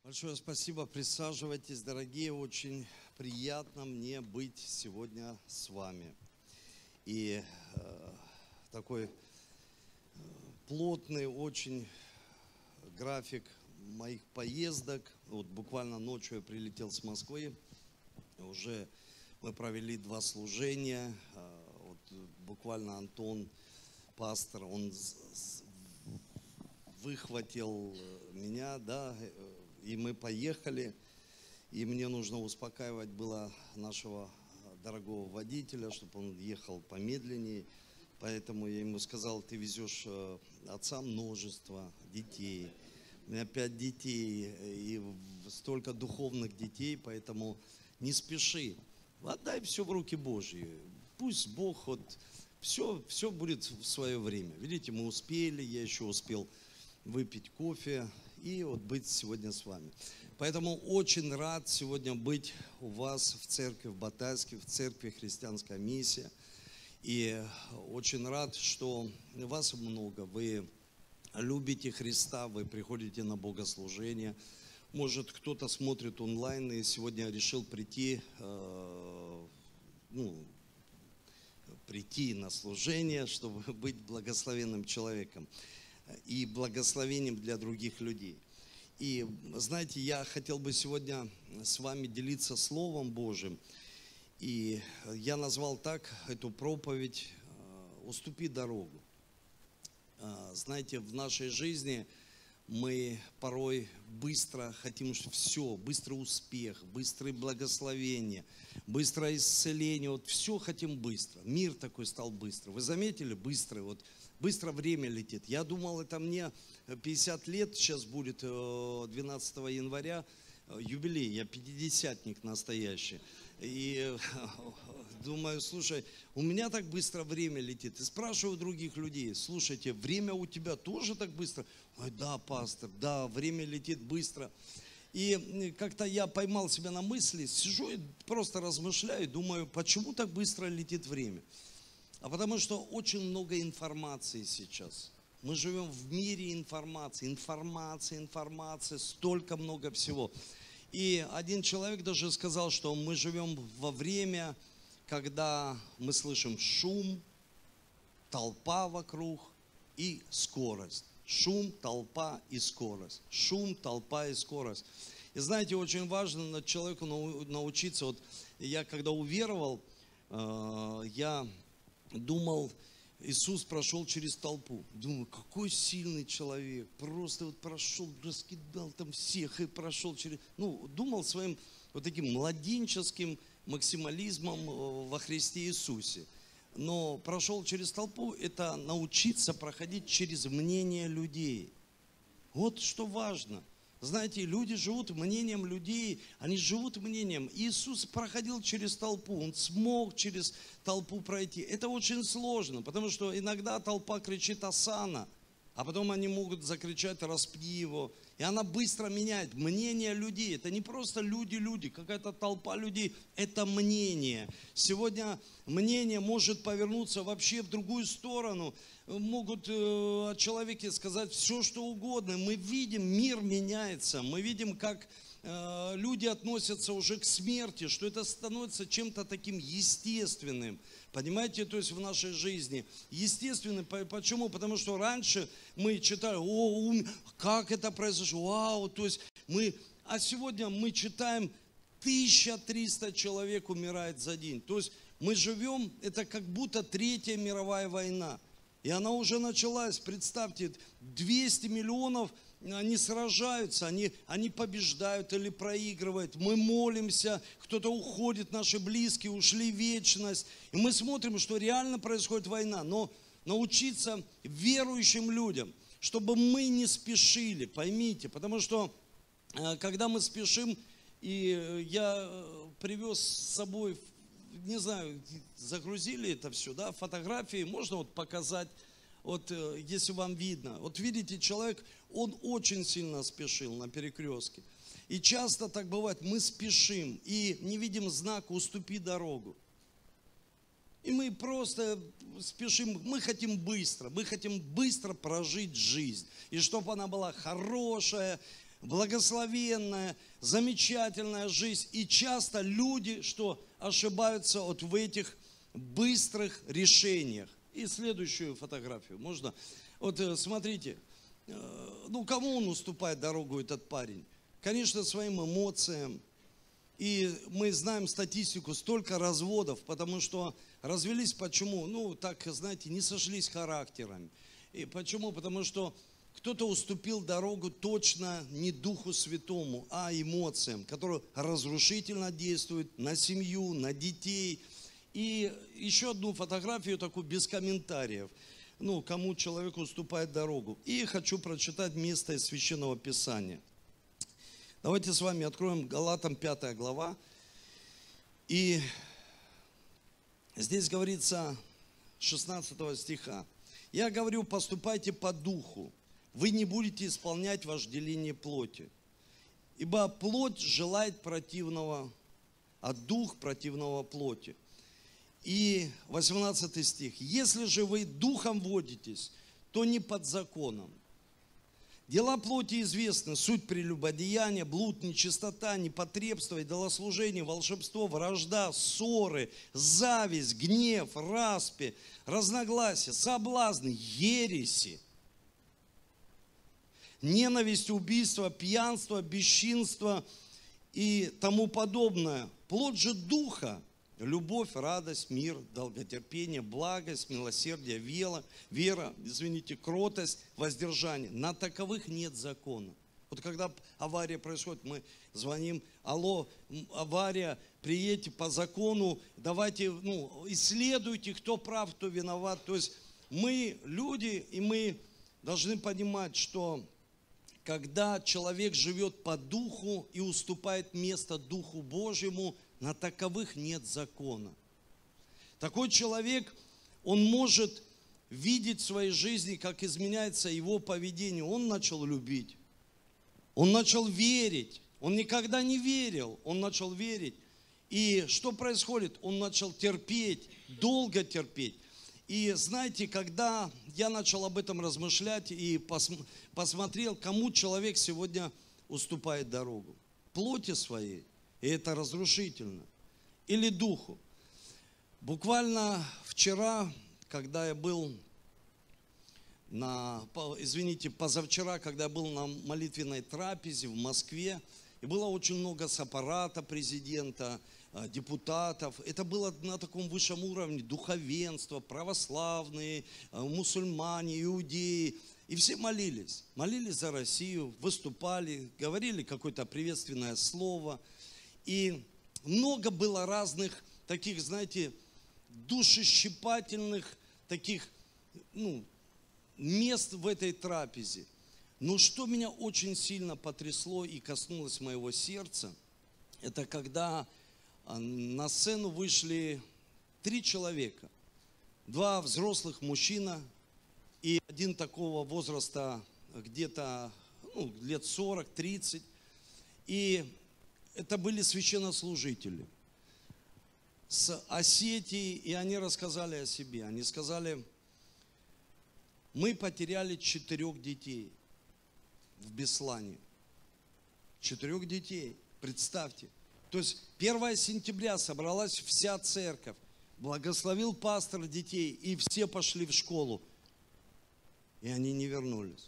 Большое спасибо, присаживайтесь, дорогие, очень приятно мне быть сегодня с вами. И такой плотный очень график моих поездок. Вот буквально ночью я прилетел с Москвы, уже мы провели 2 служения. Вот буквально Антон, пастор, он выхватил меня, да, и мы поехали, и мне нужно успокаивать было нашего дорогого водителя, чтобы он ехал помедленнее. Поэтому я ему сказал: ты везешь отца множество детей. У меня 5 детей и столько духовных детей, поэтому не спеши. Отдай все в руки Божьи. Пусть Бог вот все будет в свое время. Видите, мы успели, я еще успел выпить кофе и вот быть сегодня с вами. Поэтому очень рад сегодня быть у вас в церкви в Батайске, в церкви «Христианская миссия». И очень рад, что вас много, вы любите Христа, вы приходите на богослужение. Может, кто-то смотрит онлайн и сегодня решил прийти на служение, чтобы быть благословенным человеком и благословением для других людей. И знаете, я хотел бы сегодня с вами делиться Словом Божьим. И я назвал так эту проповедь «Уступи дорогу». Знаете, в нашей жизни мы порой быстро хотим все, быстрый успех, быстрое благословение, быстрое исцеление. Вот все хотим быстро. Мир такой стал быстро. Вы заметили? Быстро. Вот быстро время летит. Я думал, это мне 50 лет сейчас будет, 12 января, юбилей. Я пятидесятник настоящий. И думаю, слушай, у меня так быстро время летит. И спрашиваю других людей: слушайте, время у тебя тоже так быстро? Ой, да, пастор, да, время летит быстро. И как-то я поймал себя на мысли, сижу и просто размышляю, думаю, почему так быстро летит время? А потому что очень много информации сейчас. Мы живем в мире информации, информация, столько много всего. И один человек даже сказал, что мы живем во время, когда мы слышим шум, толпа вокруг и скорость. Шум, толпа и скорость. Шум, толпа и скорость. И знаете, очень важно человеку научиться. Вот я когда уверовал, я думал, Иисус прошел через толпу. Думаю, какой сильный человек. Просто вот прошел, раскидал там всех и прошел через... думал своим вот таким младенческим максимализмом во Христе Иисусе. Но прошел через толпу, это научиться проходить через мнение людей. Вот что важно. Знаете, люди живут мнением людей, они живут мнением. Иисус проходил через толпу, Он смог через толпу пройти. Это очень сложно, потому что иногда толпа кричит «Осанна», а потом они могут закричать «Распни его». И она быстро меняет мнение людей. Это не просто люди, какая-то толпа людей, это мнение. Сегодня мнение может повернуться вообще в другую сторону. Могут о человеке сказать все, что угодно. Мы видим, мир меняется. Мы видим, как люди относятся уже к смерти, что это становится чем-то таким естественным. Понимаете, то есть в нашей жизни. Естественным. Почему? Потому что раньше мы читали: как это произошло, вау, то есть а сегодня мы читаем, 1300 человек умирает за день. То есть мы живем, это как будто Третья мировая война. И она уже началась, представьте, 200 миллионов, они сражаются, они побеждают или проигрывают. Мы молимся, кто-то уходит, наши близкие ушли в вечность. И мы смотрим, что реально происходит война. Но научиться верующим людям, чтобы мы не спешили, поймите. Потому что, когда мы спешим, и я привез с собой, не знаю, загрузили это все, да, фотографии, можно вот показать, вот если вам видно. Вот видите, человек, он очень сильно спешил на перекрестке. И часто так бывает, мы спешим и не видим знака «Уступи дорогу». И мы просто спешим, мы хотим быстро прожить жизнь. И чтобы она была хорошая, благословенная, замечательная жизнь. И часто люди, что ошибаются вот в этих быстрых решениях. И следующую фотографию можно? Вот смотрите, ну кому он уступает дорогу, этот парень? Конечно, своим эмоциям. И мы знаем статистику, столько разводов, потому что развелись почему? Ну, так, знаете, не сошлись характерами. И почему? Потому что кто-то уступил дорогу точно не Духу Святому, а эмоциям, которые разрушительно действуют на семью, на детей. И еще одну фотографию такую без комментариев. Ну, кому человек уступает дорогу. И хочу прочитать место из Священного Писания. Давайте с вами откроем Галатам 5 глава. И здесь говорится 16 стиха. «Я говорю, поступайте по духу, вы не будете исполнять вожделение плоти. Ибо плоть желает противного, а дух противного плоти». И 18 стих. «Если же вы духом водитесь, то не под законом. Дела плоти известны: суть прелюбодеяния, блуд, нечистота, непотребство, идолослужение, волшебство, вражда, ссоры, зависть, гнев, распри, разногласия, соблазны, ереси, ненависть, убийство, пьянство, бесчинство и тому подобное. Плоть же духа: любовь, радость, мир, долготерпение, благость, милосердие, вера, кротость, воздержание. На таковых нет закона». Вот когда авария происходит, мы звоним: алло, авария, приедьте по закону, давайте, исследуйте, кто прав, кто виноват. То есть мы люди, и мы должны понимать, что когда человек живет по духу и уступает место Духу Божьему, на таковых нет закона. Такой человек, он может видеть в своей жизни, как изменяется его поведение. Он начал любить, он начал верить. Он никогда не верил, он начал верить. И что происходит? Он начал терпеть, долго терпеть. И знаете, когда я начал об этом размышлять и посмотрел, кому человек сегодня уступает дорогу. Плоти своей. И это разрушительно. Или духу. Буквально вчера, когда я был позавчера, когда я был на молитвенной трапезе в Москве, и было очень много с аппарата президента, депутатов. Это было на таком высшем уровне: духовенство, православные, мусульмане, иудеи. И все молились. Молились за Россию, выступали, говорили какое-то приветственное слово. И много было разных таких, знаете, душещипательных таких, мест в этой трапезе. Но что меня очень сильно потрясло и коснулось моего сердца, это когда на сцену вышли 3 человека. 2 взрослых мужчина и один такого возраста, где-то лет 40-30. И это были священнослужители с Осетии, и они рассказали о себе. Они сказали: мы потеряли 4 детей в Беслане. 4 детей, представьте. То есть 1 сентября собралась вся церковь, благословил пастор детей, и все пошли в школу. И они не вернулись.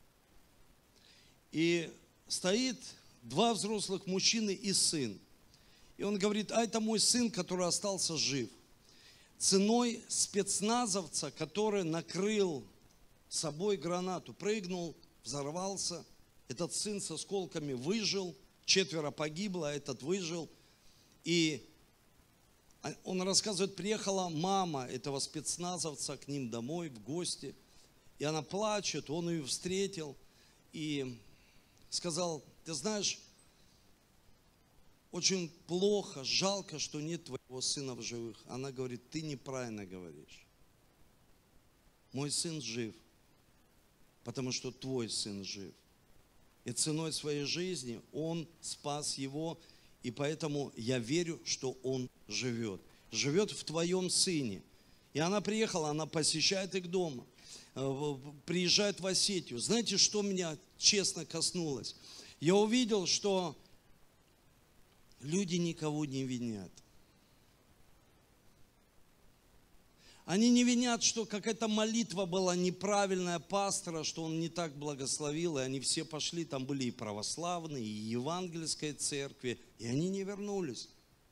И стоит 2 взрослых мужчины и сын. И он говорит: а это мой сын, который остался жив. Ценой спецназовца, который накрыл собой гранату, прыгнул, взорвался. Этот сын с осколками выжил, 4 погибло, а этот выжил. И он рассказывает, приехала мама этого спецназовца к ним домой в гости. И она плачет, он ее встретил и сказал: ты знаешь, очень плохо, жалко, что нет твоего сына в живых. Она говорит: ты неправильно говоришь. Мой сын жив, потому что твой сын жив. И ценой своей жизни он спас его, и поэтому я верю, что он живет. Живет в твоем сыне. И она приехала, она посещает их дома, приезжает в Осетию. Знаете, что меня честно коснулось? я увидел, что люди никого не винят. Они не винят, что какая-то молитва была неправильная пастора, что он не так благословил, и они все пошли, там были и православные, и евангельские церкви, и они не вернулись.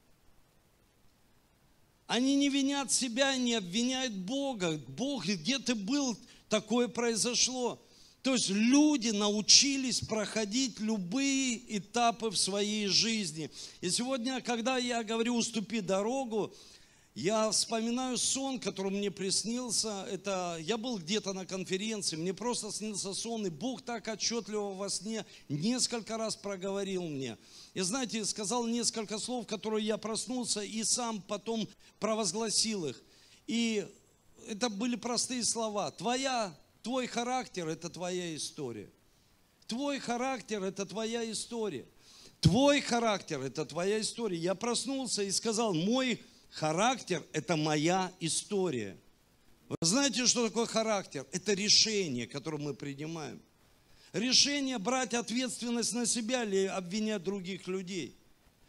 Они не винят себя, не обвиняют Бога. Бог, где ты был, такое произошло. То есть люди научились проходить любые этапы в своей жизни. И сегодня, когда я говорю «уступи дорогу», я вспоминаю сон, который мне приснился. Я был где-то на конференции, мне просто снился сон, и Бог так отчетливо во сне несколько раз проговорил мне. И знаете, сказал несколько слов, которые я проснулся и сам потом провозгласил их. И это были простые слова. Твой характер – это твоя история. Твой характер – это твоя история. Твой характер – это твоя история. Я проснулся и сказал, мой характер – это моя история. Вы знаете, что такое характер? Это решение, которое мы принимаем. Решение брать ответственность на себя или обвинять других людей.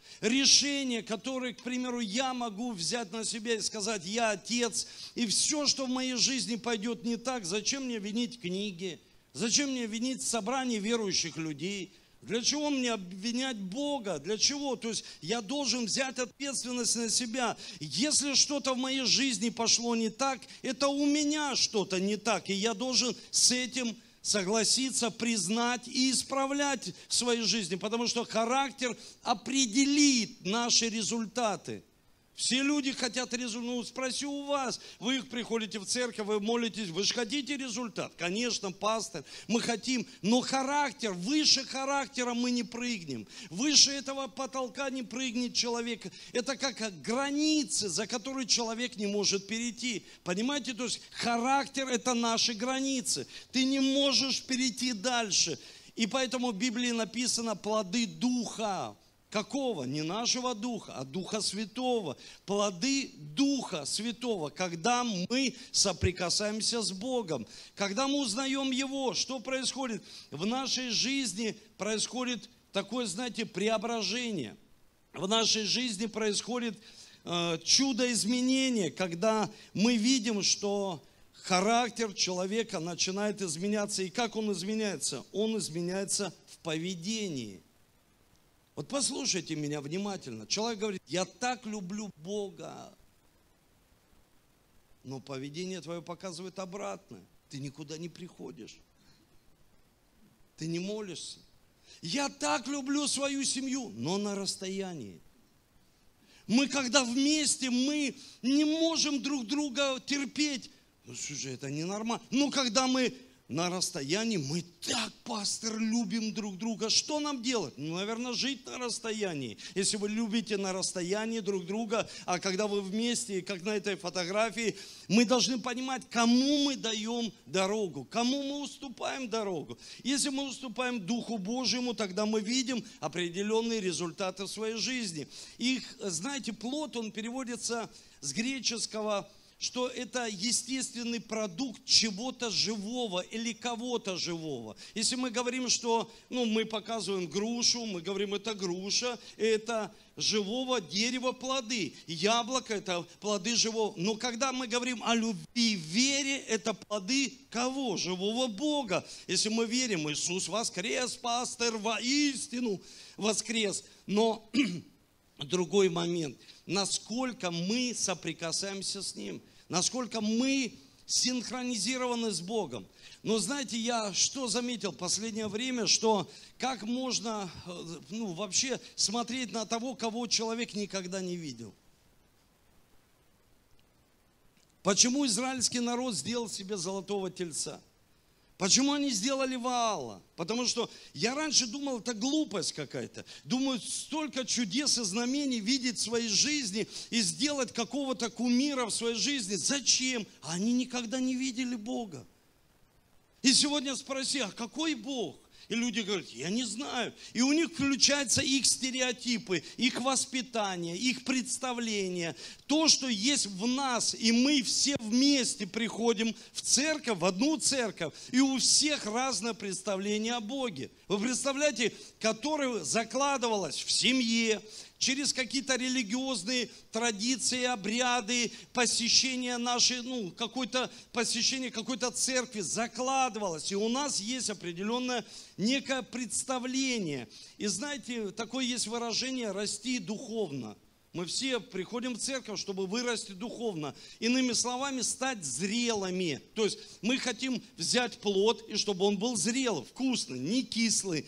Решение, которое, к примеру, я могу взять на себя и сказать, я отец, и все, что в моей жизни пойдет не так, зачем мне винить книги, зачем мне винить собрание верующих людей, для чего мне обвинять Бога, для чего? То есть я должен взять ответственность на себя. Если что-то в моей жизни пошло не так, это у меня что-то не так, и я должен с этим согласиться, признать и исправлять в своей жизни, потому что характер определит наши результаты. Все люди хотят результат. Спроси у вас, вы приходите в церковь, вы молитесь, вы же хотите результат? Конечно, пастор, мы хотим, но характер, выше характера мы не прыгнем. Выше этого потолка не прыгнет человек. Это как границы, за которые человек не может перейти. Понимаете, то есть характер – это наши границы. Ты не можешь перейти дальше. И поэтому в Библии написано плоды Духа. Какого? Не нашего Духа, а Духа Святого. Плоды Духа Святого, когда мы соприкасаемся с Богом, когда мы узнаем Его, что происходит? В нашей жизни происходит такое, знаете, преображение. В нашей жизни происходит чудо изменения, когда мы видим, что характер человека начинает изменяться. И как он изменяется? Он изменяется в поведении. Вот послушайте меня внимательно. Человек говорит, я так люблю Бога. Но поведение твое показывает обратное. Ты никуда не приходишь. Ты не молишься. Я так люблю свою семью, но на расстоянии. Мы когда вместе, мы не можем друг друга терпеть. Ну, слушай, это ненормально. Но когда мы на расстоянии, мы так, пастор, любим друг друга. Что нам делать? Ну, наверное, жить на расстоянии. Если вы любите на расстоянии друг друга, а когда вы вместе, как на этой фотографии, мы должны понимать, кому мы даем дорогу, кому мы уступаем дорогу. Если мы уступаем Духу Божьему, тогда мы видим определенные результаты в своей жизни. И, знаете, плод, он переводится с греческого, что это естественный продукт чего-то живого или кого-то живого. Если мы говорим, что мы показываем грушу, мы говорим, это груша, это живого дерева плоды. Яблоко – это плоды живого. Но когда мы говорим о любви и вере, это плоды кого? Живого Бога. Если мы верим, Иисус воскрес, пастор, воистину воскрес. Но другой момент – насколько мы соприкасаемся с Ним, насколько мы синхронизированы с Богом. Но знаете, я что заметил в последнее время, что как можно вообще смотреть на того, кого человек никогда не видел. Почему израильский народ сделал себе золотого тельца? Почему они сделали Ваала? Потому что я раньше думал, это глупость какая-то. Думаю, столько чудес и знамений видеть в своей жизни и сделать какого-то кумира в своей жизни. Зачем? Они никогда не видели Бога. И сегодня спроси, а какой Бог? И люди говорят, я не знаю. И у них включаются их стереотипы, их воспитание, их представления. То, что есть в нас, и мы все вместе приходим в церковь, в одну церковь, и у всех разное представление о Боге. Вы представляете, которое закладывалось в семье, через какие-то религиозные традиции, обряды, посещение нашей, посещение какой-то церкви закладывалось. И у нас есть определенное некое представление. И знаете, такое есть выражение «расти духовно». Мы все приходим в церковь, чтобы вырасти духовно. Иными словами, стать зрелыми. То есть мы хотим взять плод, и чтобы он был зрелый, вкусный, не кислый,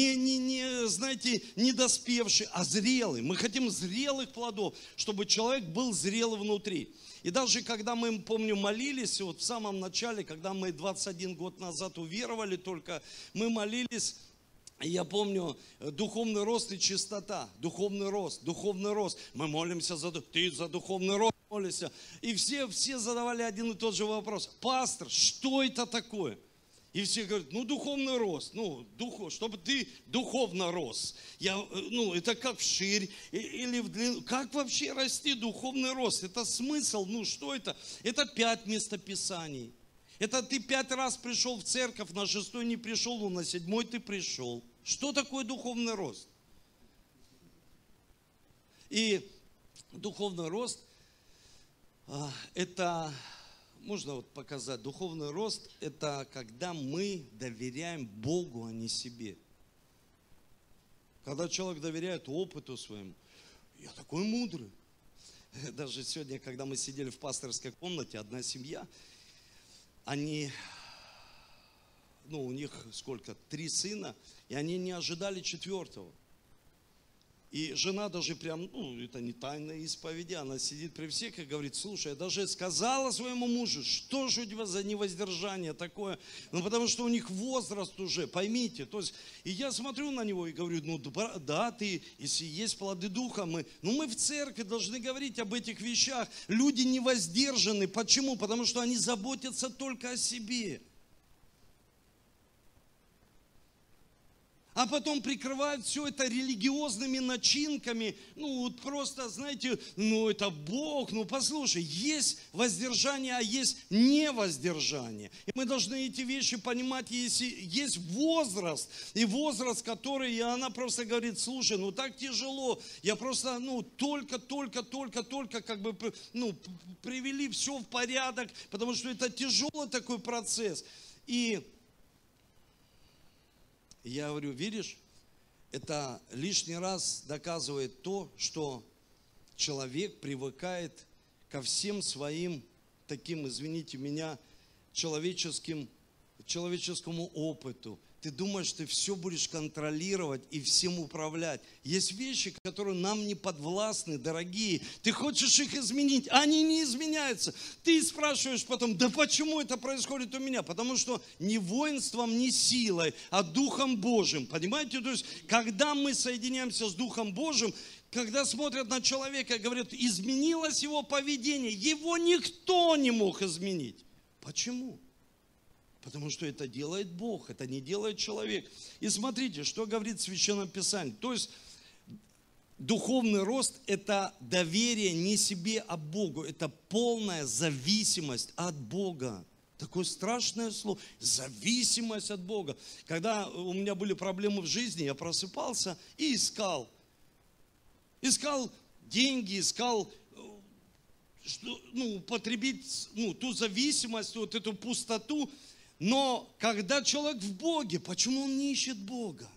не доспевший, а зрелый. Мы хотим зрелых плодов, чтобы человек был зрелый внутри. И даже когда мы, помню, молились, вот в самом начале, когда мы 21 год назад уверовали только, мы молились. Я помню, духовный рост и чистота, духовный рост. Мы молимся ты за духовный рост молишься. И все задавали один и тот же вопрос. Пастор, что это такое? И все говорят, духовный рост, чтобы ты духовно рос. Это как вширь или в длину. Как вообще расти духовный рост? Это смысл, что это? Это 5 местописаний. Это ты 5 раз пришел в церковь, на 6-й не пришел, но на 7-й ты пришел. Что такое духовный рост? И духовный рост, это, можно показать, духовный рост, это когда мы доверяем Богу, а не себе. Когда человек доверяет опыту своему, я такой мудрый. Даже сегодня, когда мы сидели в пасторской комнате, одна семья, у них 3 сына, и они не ожидали 4-го. И жена даже это не тайная исповедь, она сидит при всех и говорит, слушай, я даже сказала своему мужу, что же у тебя за невоздержание такое, потому что у них возраст уже, поймите. То есть, и я смотрю на него и говорю, да, ты, если есть плоды духа, мы в церкви должны говорить об этих вещах. Люди не воздержаны, почему? Потому что они заботятся только о себе. А потом прикрывают все это религиозными начинками. Просто, знаете, это Бог. Послушай, есть воздержание, а есть невоздержание. И мы должны эти вещи понимать, если есть возраст. И возраст, который, и она просто говорит, слушай, так тяжело. Я просто, только привели все в порядок, потому что это тяжелый такой процесс. И я говорю, видишь, это лишний раз доказывает то, что человек привыкает ко всем своим таким, извините меня, человеческому опыту. Ты думаешь, ты все будешь контролировать и всем управлять. Есть вещи, которые нам не подвластны, дорогие. Ты хочешь их изменить, они не изменяются. Ты спрашиваешь потом, да почему это происходит у меня? Потому что не воинством, не силой, а Духом Божьим. Понимаете? То есть, когда мы соединяемся с Духом Божьим, когда смотрят на человека и говорят, изменилось его поведение, его никто не мог изменить. Почему? Потому что это делает Бог, это не делает человек. И смотрите, что говорит Священное Писание. То есть духовный рост – это доверие не себе, а Богу. Это полная зависимость от Бога. Такое страшное слово – зависимость от Бога. Когда у меня были проблемы в жизни, я просыпался и искал. Искал деньги, искал потребить ту зависимость, вот эту пустоту. Но когда человек в Боге, почему он не ищет Бога?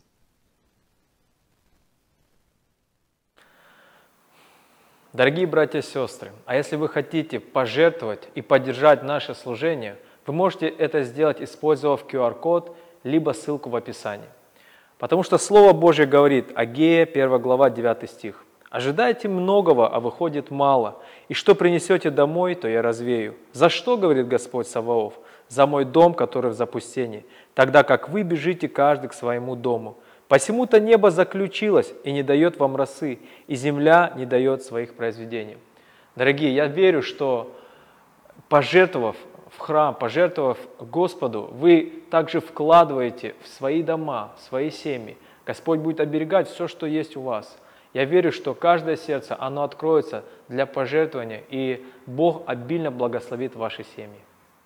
Дорогие братья и сестры, а если вы хотите пожертвовать и поддержать наше служение, вы можете это сделать, использовав QR-код, либо ссылку в описании. Потому что Слово Божье говорит, Агея, 1 глава, 9 стих. «Ожидайте многого, а выходит мало, и что принесете домой, то я развею. За что, говорит Господь Саваоф? За мой дом, который в запустении, тогда как вы бежите каждый к своему дому. Посему-то небо заключилось и не дает вам росы, и земля не дает своих произведений». Дорогие, я верю, что пожертвовав в храм, пожертвовав Господу, вы также вкладываете в свои дома, в свои семьи. Господь будет оберегать все, что есть у вас. Я верю, что каждое сердце, оно откроется для пожертвования, и Бог обильно благословит ваши семьи.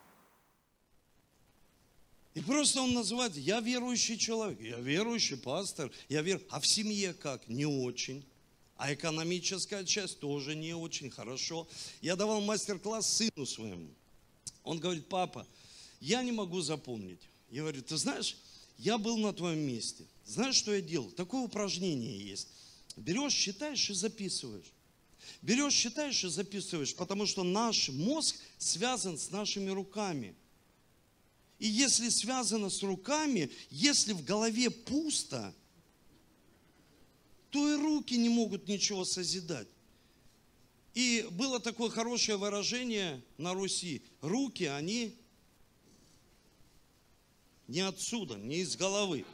И просто он называет, я верующий человек, я верующий пастор, а в семье как? Не очень. А экономическая часть тоже не очень хорошо. Я давал мастер-класс сыну своему. Он говорит, папа, я не могу запомнить. Я говорю, ты знаешь, я был на твоем месте. Знаешь, что я делал? Такое упражнение есть. Берешь, считаешь и записываешь. Берешь, считаешь и записываешь, потому что наш мозг связан с нашими руками. И если связано с руками, если в голове пусто, то и руки не могут ничего созидать. И было такое хорошее выражение на Руси. Руки, они не отсюда, не из головы.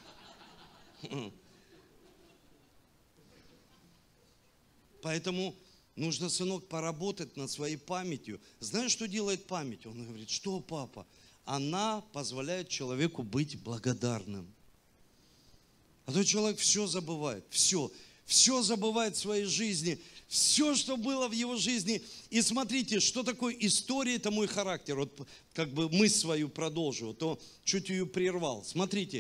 Поэтому нужно, сынок, поработать над своей памятью. Знаешь, что делает память? Он говорит, что, папа? Она позволяет человеку быть благодарным. А то человек все забывает, все забывает в своей жизни, все, что было в его жизни. И смотрите, что такое история, это мой характер. Вот как бы мысль свою продолжу, то чуть ее прервал. Смотрите,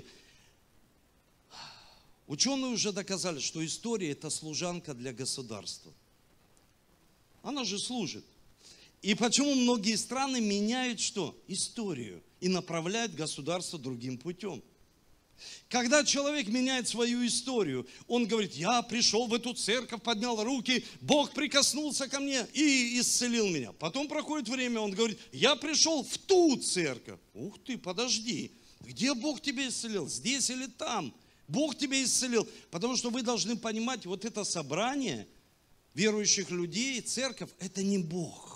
ученые уже доказали, что история это служанка для государства. Она же служит. И почему многие страны меняют что? Историю. И направляют государство другим путем. Когда человек меняет свою историю, он говорит, я пришел в эту церковь, поднял руки, Бог прикоснулся ко мне и исцелил меня. Потом проходит время, он говорит, я пришел в ту церковь. Ух ты, подожди, где Бог тебя исцелил? Здесь или там? Бог тебя исцелил. Потому что вы должны понимать, вот это собрание верующих людей, церковь, это не Бог.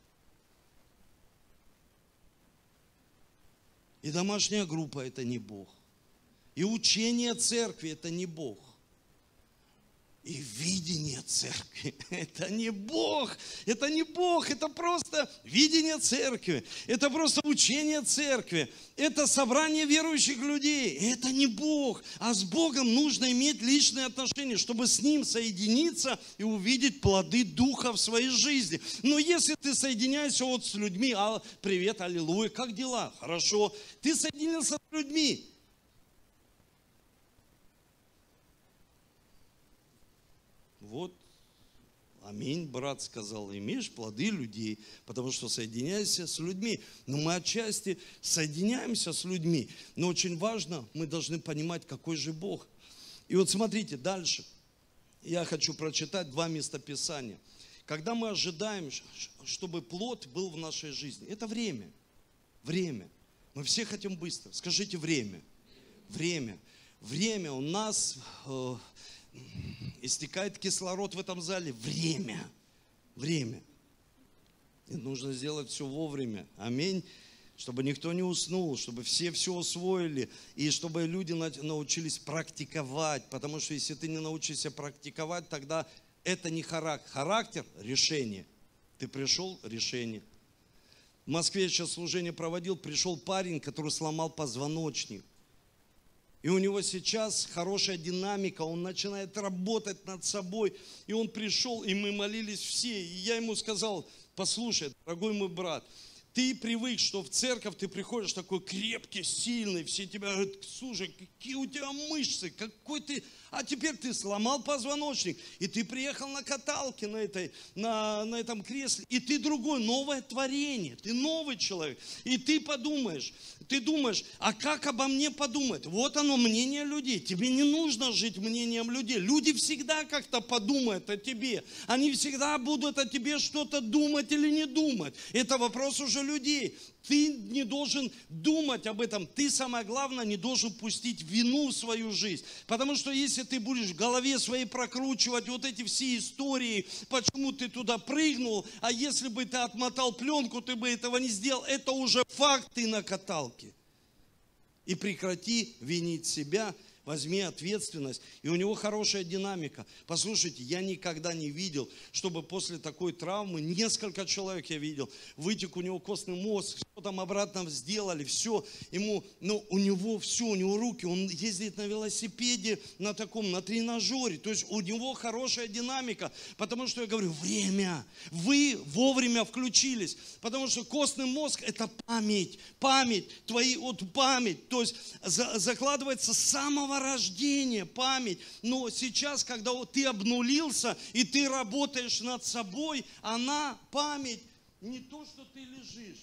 И домашняя группа – это не Бог. И учение церкви – это не Бог. И видение церкви – это не Бог. Это не Бог, это просто видение церкви. Это просто учение церкви. Это собрание верующих людей. Это не Бог. А с Богом нужно иметь личные отношения, чтобы с Ним соединиться и увидеть плоды Духа в своей жизни. Но если ты соединяешься вот с людьми, привет, аллилуйя, как дела? Хорошо. Ты соединился с людьми. Вот, аминь, брат сказал, имеешь плоды людей, потому что соединяйся с людьми. Но мы отчасти соединяемся с людьми, но очень важно, мы должны понимать, какой же Бог. И вот смотрите, дальше я хочу прочитать 2 местописания. Когда мы ожидаем, чтобы плод был в нашей жизни, это время, время. Мы все хотим быстро, скажите время, время. Время у нас... истекает кислород в этом зале. Время. И нужно сделать все вовремя. Аминь. Чтобы никто не уснул, чтобы все усвоили. И чтобы люди научились практиковать. Потому что если ты не научишься практиковать, тогда это не характер. Характер – решение. Ты пришел – решение. В Москве я сейчас служение проводил. Пришел парень, который сломал позвоночник. И у него сейчас хорошая динамика, он начинает работать над собой. И он пришел, и мы молились все. И я ему сказал, послушай, дорогой мой брат, ты привык, что в церковь ты приходишь такой крепкий, сильный, все тебя говорят, слушай, какие у тебя мышцы, какой ты... А теперь ты сломал позвоночник, и ты приехал на каталке на этом кресле, и ты другой, новое творение, ты новый человек. И ты думаешь, а как обо мне подумают? Вот оно, мнение людей. Тебе не нужно жить мнением людей. Люди всегда как-то подумают о тебе. Они всегда будут о тебе что-то думать или не думать. Это вопрос уже людей. Ты не должен думать об этом. Ты, самое главное, не должен пустить вину в свою жизнь. Потому что если ты будешь в голове своей прокручивать вот эти все истории, почему ты туда прыгнул, а если бы ты отмотал пленку, ты бы этого не сделал, это уже факт, ты на каталке. И прекрати винить себя, возьми ответственность. И у него хорошая динамика. Послушайте, я никогда не видел, чтобы после такой травмы, несколько человек я видел, вытек у него костный мозг, там обратно сделали, все, ему, ну, у него все, у него руки, он ездит на велосипеде, на таком, на тренажере, то есть у него хорошая динамика, потому что я говорю, время, вы вовремя включились, потому что костный мозг это память, память, то есть закладывается с самого рождения память, но сейчас, когда вот ты обнулился и ты работаешь над собой, она, память, не то, что ты лежишь,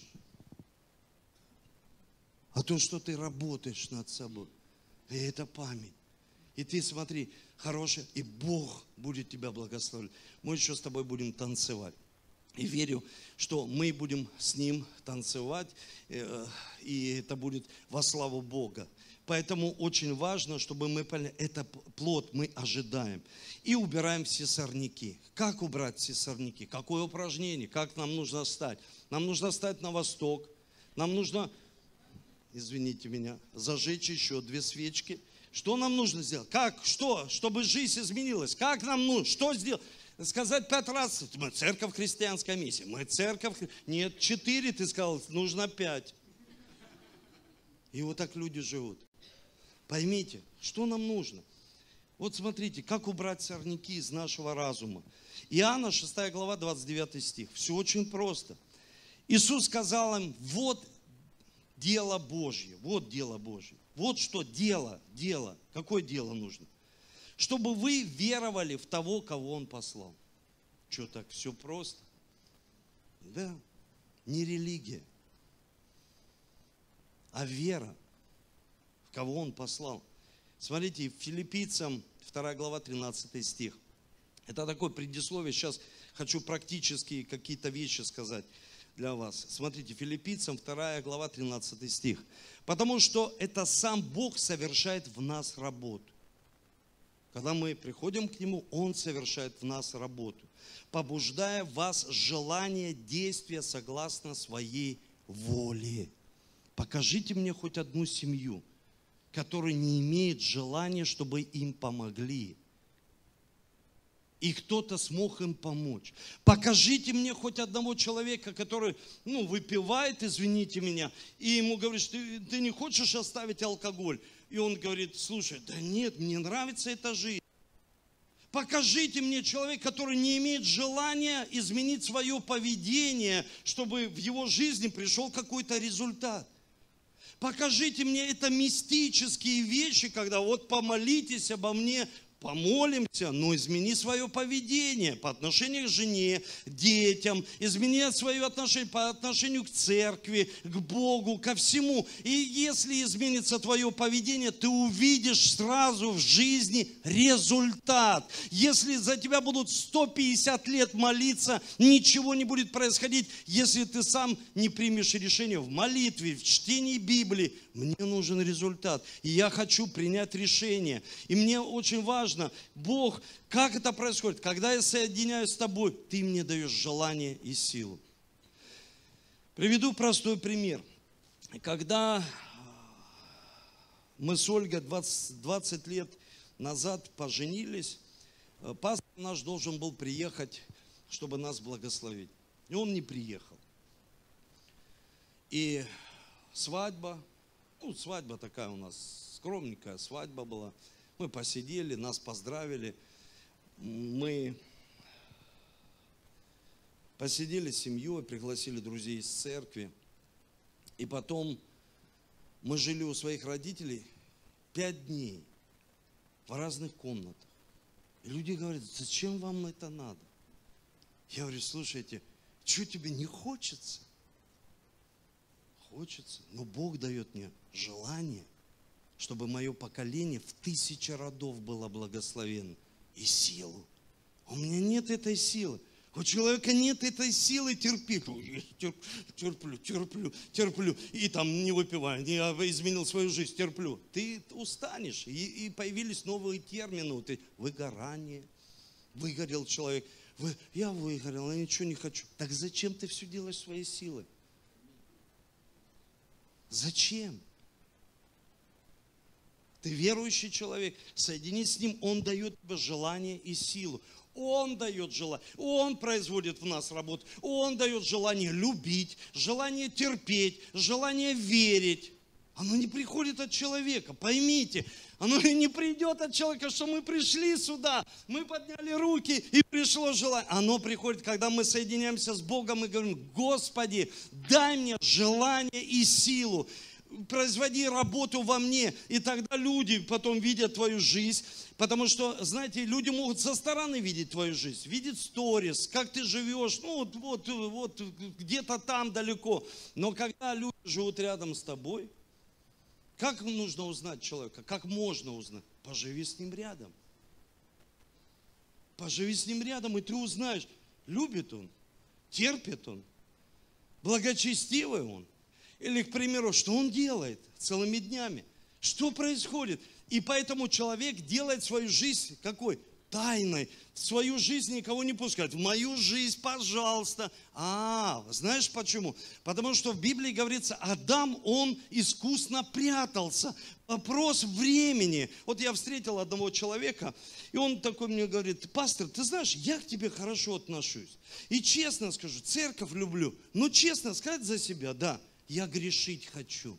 а то, что ты работаешь над собой. И это память. И ты смотри, хорошая, и Бог будет тебя благословлять. Мы еще с тобой будем танцевать. И верю, что мы будем с Ним танцевать, и это будет во славу Бога. Поэтому очень важно, чтобы мы поняли, это плод мы ожидаем. И убираем все сорняки. Как убрать все сорняки? Какое упражнение? Как нам нужно встать? Нам нужно встать на восток. Нам нужно, извините меня, зажечь еще 2 свечки. Что нам нужно сделать? Как? Что? Чтобы жизнь изменилась. Как нам нужно? Что сделать? Сказать 5 раз, мы церковь христианская миссия, мы церковь, нет, 4, ты сказал, нужно 5. И вот так люди живут. Поймите, что нам нужно? Вот смотрите, как убрать сорняки из нашего разума. Иоанна 6 глава, 29 стих. Все очень просто. Иисус сказал им, вот дело Божье, вот дело Божье. Вот что дело. Какое дело нужно? Чтобы вы веровали в того, кого Он послал. Что, так все просто? Да, не религия, а вера, в кого Он послал. Смотрите, Филиппийцам 2 глава, 13 стих. Это такое предисловие, сейчас хочу практические какие-то вещи сказать для вас. Смотрите, Филиппийцам 2 глава, 13 стих. Потому что это сам Бог совершает в нас работу. Когда мы приходим к Нему, Он совершает в нас работу, побуждая в вас желание действия согласно своей воле. Покажите мне хоть одну семью, которая не имеет желания, чтобы им помогли. И кто-то смог им помочь. Покажите мне хоть одного человека, который, выпивает, извините меня, и ему говоришь, ты не хочешь оставить алкоголь? И он говорит, слушай, да нет, мне нравится эта жизнь. Покажите мне человека, который не имеет желания изменить свое поведение, чтобы в его жизни пришел какой-то результат. Покажите мне это мистические вещи, когда вот помолитесь обо мне, помолимся, но измени свое поведение по отношению к жене, детям, измени свое отношение по отношению к церкви, к Богу, ко всему. И если изменится твое поведение, ты увидишь сразу в жизни результат. Если за тебя будут 150 лет молиться, ничего не будет происходить, если ты сам не примешь решение в молитве, в чтении Библии. Мне нужен результат, и я хочу принять решение. И мне очень важно, Бог, как это происходит? Когда я соединяюсь с тобой, ты мне даешь желание и силу. Приведу простой пример. Когда мы с Ольгой 20 лет назад поженились, пастор наш должен был приехать, чтобы нас благословить. И он не приехал. И свадьба такая у нас скромненькая свадьба была. Мы посидели, нас поздравили. Мы посидели с семьей, пригласили друзей из церкви. И потом мы жили у своих родителей 5 дней в разных комнатах. И люди говорят, зачем вам это надо? Я говорю, слушайте, что тебе не хочется? Хочется, но Бог дает мне желание, чтобы мое поколение в 1000 родов было благословенно. И силу. У меня нет этой силы. У человека нет этой силы терпеть. Терплю. И там не выпиваю. Я изменил свою жизнь, терплю. Ты устанешь. И появились новые термины. Выгорание. Выгорел человек. Я выгорел, я ничего не хочу. Так зачем ты все делаешь своей силой? Зачем? Ты верующий человек, соединись с Ним, Он дает тебе желание и силу. Он дает желание, Он производит в нас работу, Он дает желание любить, желание терпеть, желание верить. Оно не приходит от человека, поймите. Оно не придет от человека, что мы пришли сюда, мы подняли руки и пришло желание. Оно приходит, когда мы соединяемся с Богом и говорим: Господи, дай мне желание и силу. Производи работу во мне, и тогда люди потом видят твою жизнь, потому что, знаете, люди могут со стороны видеть твою жизнь, видеть сторис, как ты живешь, ну вот где-то там далеко, но когда люди живут рядом с тобой, как нужно узнать человека, как можно узнать? Поживи с ним рядом. Поживи с ним рядом, и ты узнаешь, любит он, терпит он, благочестивый он. Или, к примеру, что он делает целыми днями? Что происходит? И поэтому человек делает свою жизнь какой? Тайной. В свою жизнь никого не пускает. В мою жизнь, пожалуйста. Знаешь почему? Потому что в Библии говорится, Адам, он искусно прятался. Вопрос времени. Вот я встретил одного человека, и он такой мне говорит: пастор, ты знаешь, я к тебе хорошо отношусь. И честно скажу, церковь люблю. Но честно сказать за себя, да. Я грешить хочу.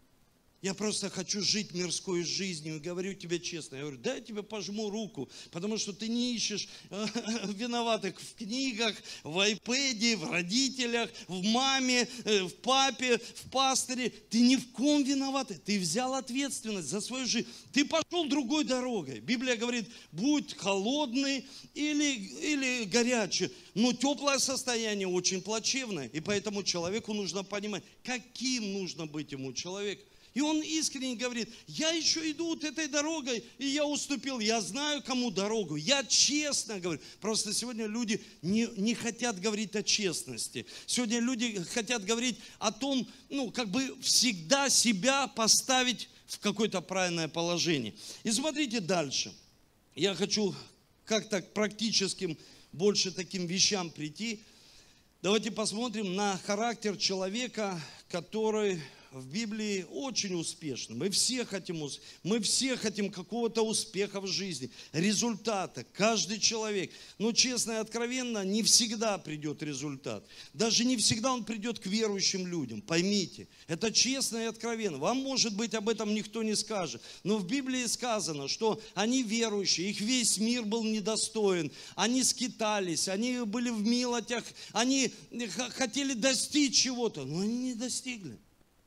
Я просто хочу жить мирской жизнью. И говорю тебе честно. Я говорю: дай я тебе пожму руку. Потому что ты не ищешь виноватых в книгах, в айпэде, в родителях, в маме, в папе, в пасторе. Ты ни в ком виноват. Ты взял ответственность за свою жизнь. Ты пошел другой дорогой. Библия говорит: будь холодный или горячий. Но теплое состояние очень плачевное. И поэтому человеку нужно понимать, каким нужно быть ему человек. И он искренне говорит: я еще иду вот этой дорогой, и я уступил, я знаю, кому дорогу. Я честно говорю. Просто сегодня люди не хотят говорить о честности. Сегодня люди хотят говорить о том, всегда себя поставить в какое-то правильное положение. И смотрите дальше. Я хочу как-то к практическим, больше таким вещам прийти. Давайте посмотрим на характер человека, который в Библии очень успешный. Мы все хотим какого-то успеха в жизни, результата. Каждый человек. Но честно и откровенно, не всегда придет результат. Даже не всегда он придет к верующим людям. Поймите, это честно и откровенно. Вам, может быть, об этом никто не скажет. Но в Библии сказано, что они верующие, их весь мир был недостоин. Они скитались, они были в милотях, они хотели достичь чего-то, но они не достигли.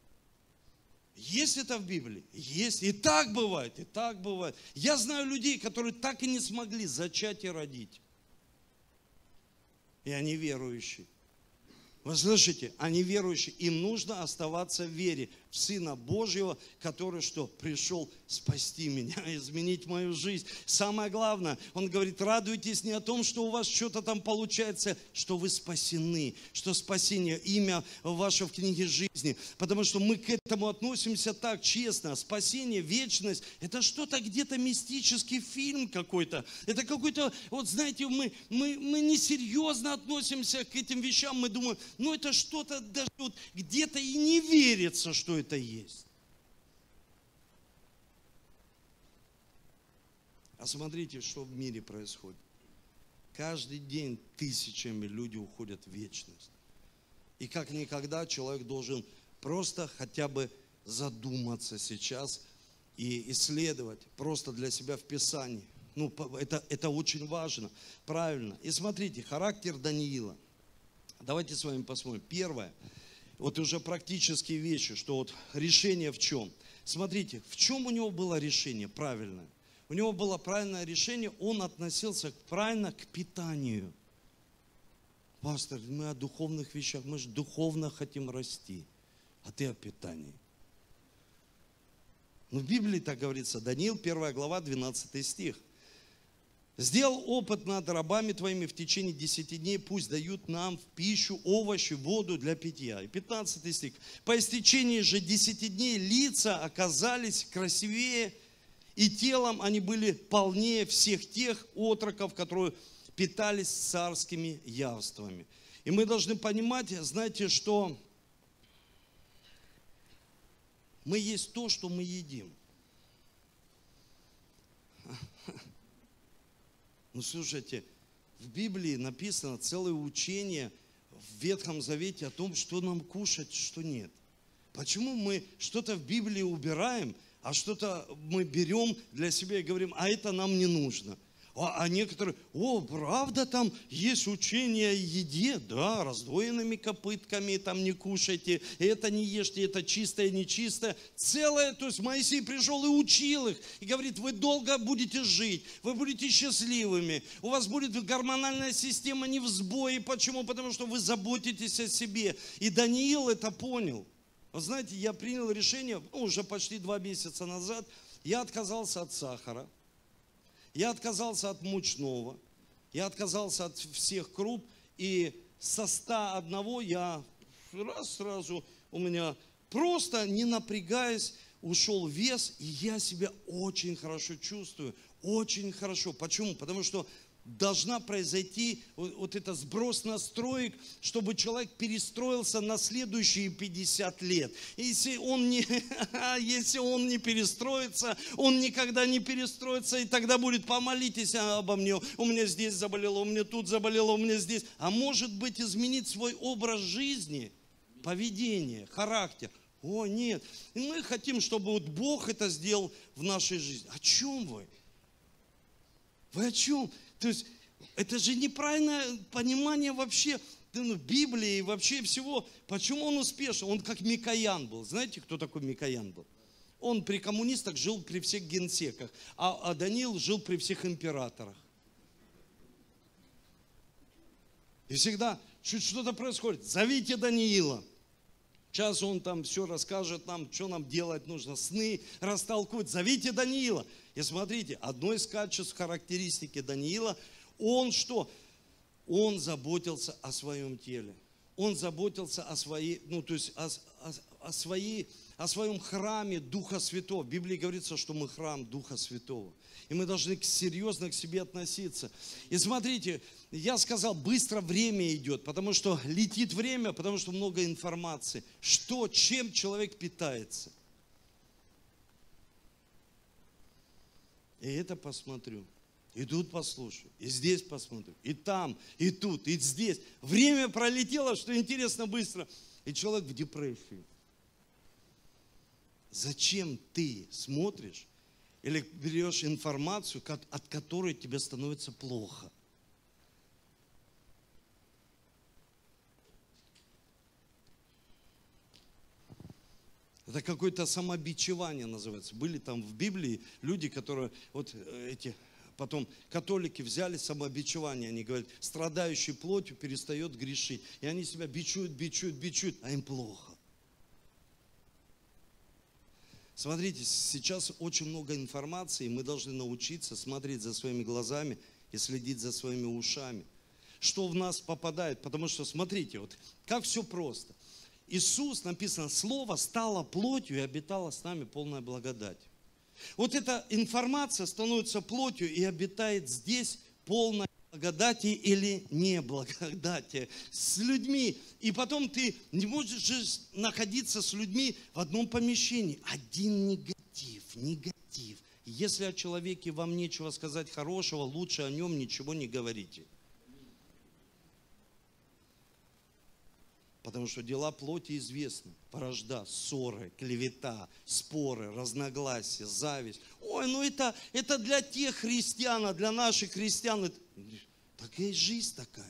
Есть это в Библии? Есть. И так бывает, и так бывает. Я знаю людей, которые так и не смогли зачать и родить. И они верующие. Вы слышите? Они верующие. Им нужно оставаться в вере в Сына Божьего, который что? Пришел спасти меня, изменить мою жизнь. Самое главное, он говорит: радуйтесь не о том, что у вас что-то там получается, что вы спасены, что спасение, имя ваше в книге жизни. Потому что мы к этому относимся так честно. Спасение, вечность, это что-то где-то мистический фильм какой-то. Это какой-то, вот знаете, мы несерьезно относимся к этим вещам. Мы думаем, это что-то даже вот где-то и не верится, что это есть. А смотрите, что в мире происходит. Каждый день тысячами люди уходят в вечность. И как никогда человек должен просто хотя бы задуматься сейчас и исследовать просто для себя в Писании. Это очень важно, правильно. И смотрите, характер Даниила. Давайте с вами посмотрим. Первое, вот уже практические вещи, что вот решение в чем. Смотрите, в чем у него было решение правильное? У него было правильное решение, он относился правильно к питанию. Пастор, мы о духовных вещах, мы же духовно хотим расти, а ты о питании. В Библии так говорится, Даниил, 1 глава, 12 стих. Сделал опыт над рабами твоими в течение 10 дней, пусть дают нам в пищу овощи, воду для питья. И 15 стих. По истечении же 10 дней лица оказались красивее, и телом они были полнее всех тех отроков, которые питались царскими явствами. И мы должны понимать, знаете, что мы есть то, что мы едим. Слушайте, в Библии написано целое учение в Ветхом Завете о том, что нам кушать, что нет. Почему мы что-то в Библии убираем, а что-то мы берем для себя и говорим, а это нам не нужно. А некоторые, правда там есть учение о еде? Да, раздвоенными копытками там не кушайте, это не ешьте, это чистое, нечистое. Целое, то есть Моисей пришел и учил их, и говорит, вы долго будете жить, вы будете счастливыми, у вас будет гормональная система не в сбое. Почему? Потому что вы заботитесь о себе. И Даниил это понял. Вы знаете, я принял решение, уже почти 2 месяца назад, я отказался от сахара. Я отказался от мучного, я отказался от всех круп, и со 101 я сразу у меня просто не напрягаясь ушел вес, и я себя очень хорошо чувствую, очень хорошо. Почему? Потому что должна произойти вот этот сброс настроек, чтобы человек перестроился на следующие 50 лет. Если он не перестроится, он никогда не перестроится, и тогда будет, помолитесь обо мне, у меня здесь заболело, у меня тут заболело, у меня здесь. А может быть, изменить свой образ жизни, поведение, характер. Нет. И мы хотим, чтобы вот Бог это сделал в нашей жизни. О чем вы? Вы о чем? То есть это же неправильное понимание вообще Библии и вообще всего. Почему он успешен? Он как Микоян был. Знаете, кто такой Микоян был? Он при коммунистах жил при всех генсеках, а Даниил жил при всех императорах. И всегда чуть что-то происходит. Зовите Даниила. Сейчас он там все расскажет нам, что нам делать нужно, сны растолкует. Зовите Даниила. И смотрите, одно из качеств, характеристики Даниила, он что? Он заботился о своем теле. Он заботился о своей, о своем храме Духа Святого. В Библии говорится, что мы храм Духа Святого. И мы должны серьезно к себе относиться. И смотрите, я сказал, быстро время идет, потому что летит время, потому что много информации. Чем человек питается. И это посмотрю. И тут послушаю, и здесь посмотрю, и там, и тут, и здесь. Время пролетело, что интересно, быстро. И человек в депрессии. Зачем ты смотришь или берешь информацию, от которой тебе становится плохо? Это какое-то самобичевание называется. Были там в Библии люди, которые потом католики взяли самобичевание. Они говорят, страдающий плотью перестает грешить. И они себя бичуют, а им плохо. Смотрите, сейчас очень много информации, и мы должны научиться смотреть за своими глазами и следить за своими ушами. Что в нас попадает? Потому что, смотрите, вот как все просто. Иисус, написано, Слово стало плотью и обитало с нами полная благодать. Вот эта информация становится плотью и обитает здесь полной благодати или не благодати с людьми. И потом ты не можешь находиться с людьми в одном помещении. Один негатив. Если о человеке вам нечего сказать хорошего, лучше о нем ничего не говорите. Потому что дела плоти известны. Вражда, ссоры, клевета, споры, разногласия, зависть. Это для тех христиан, а для наших христиан такая жизнь такая.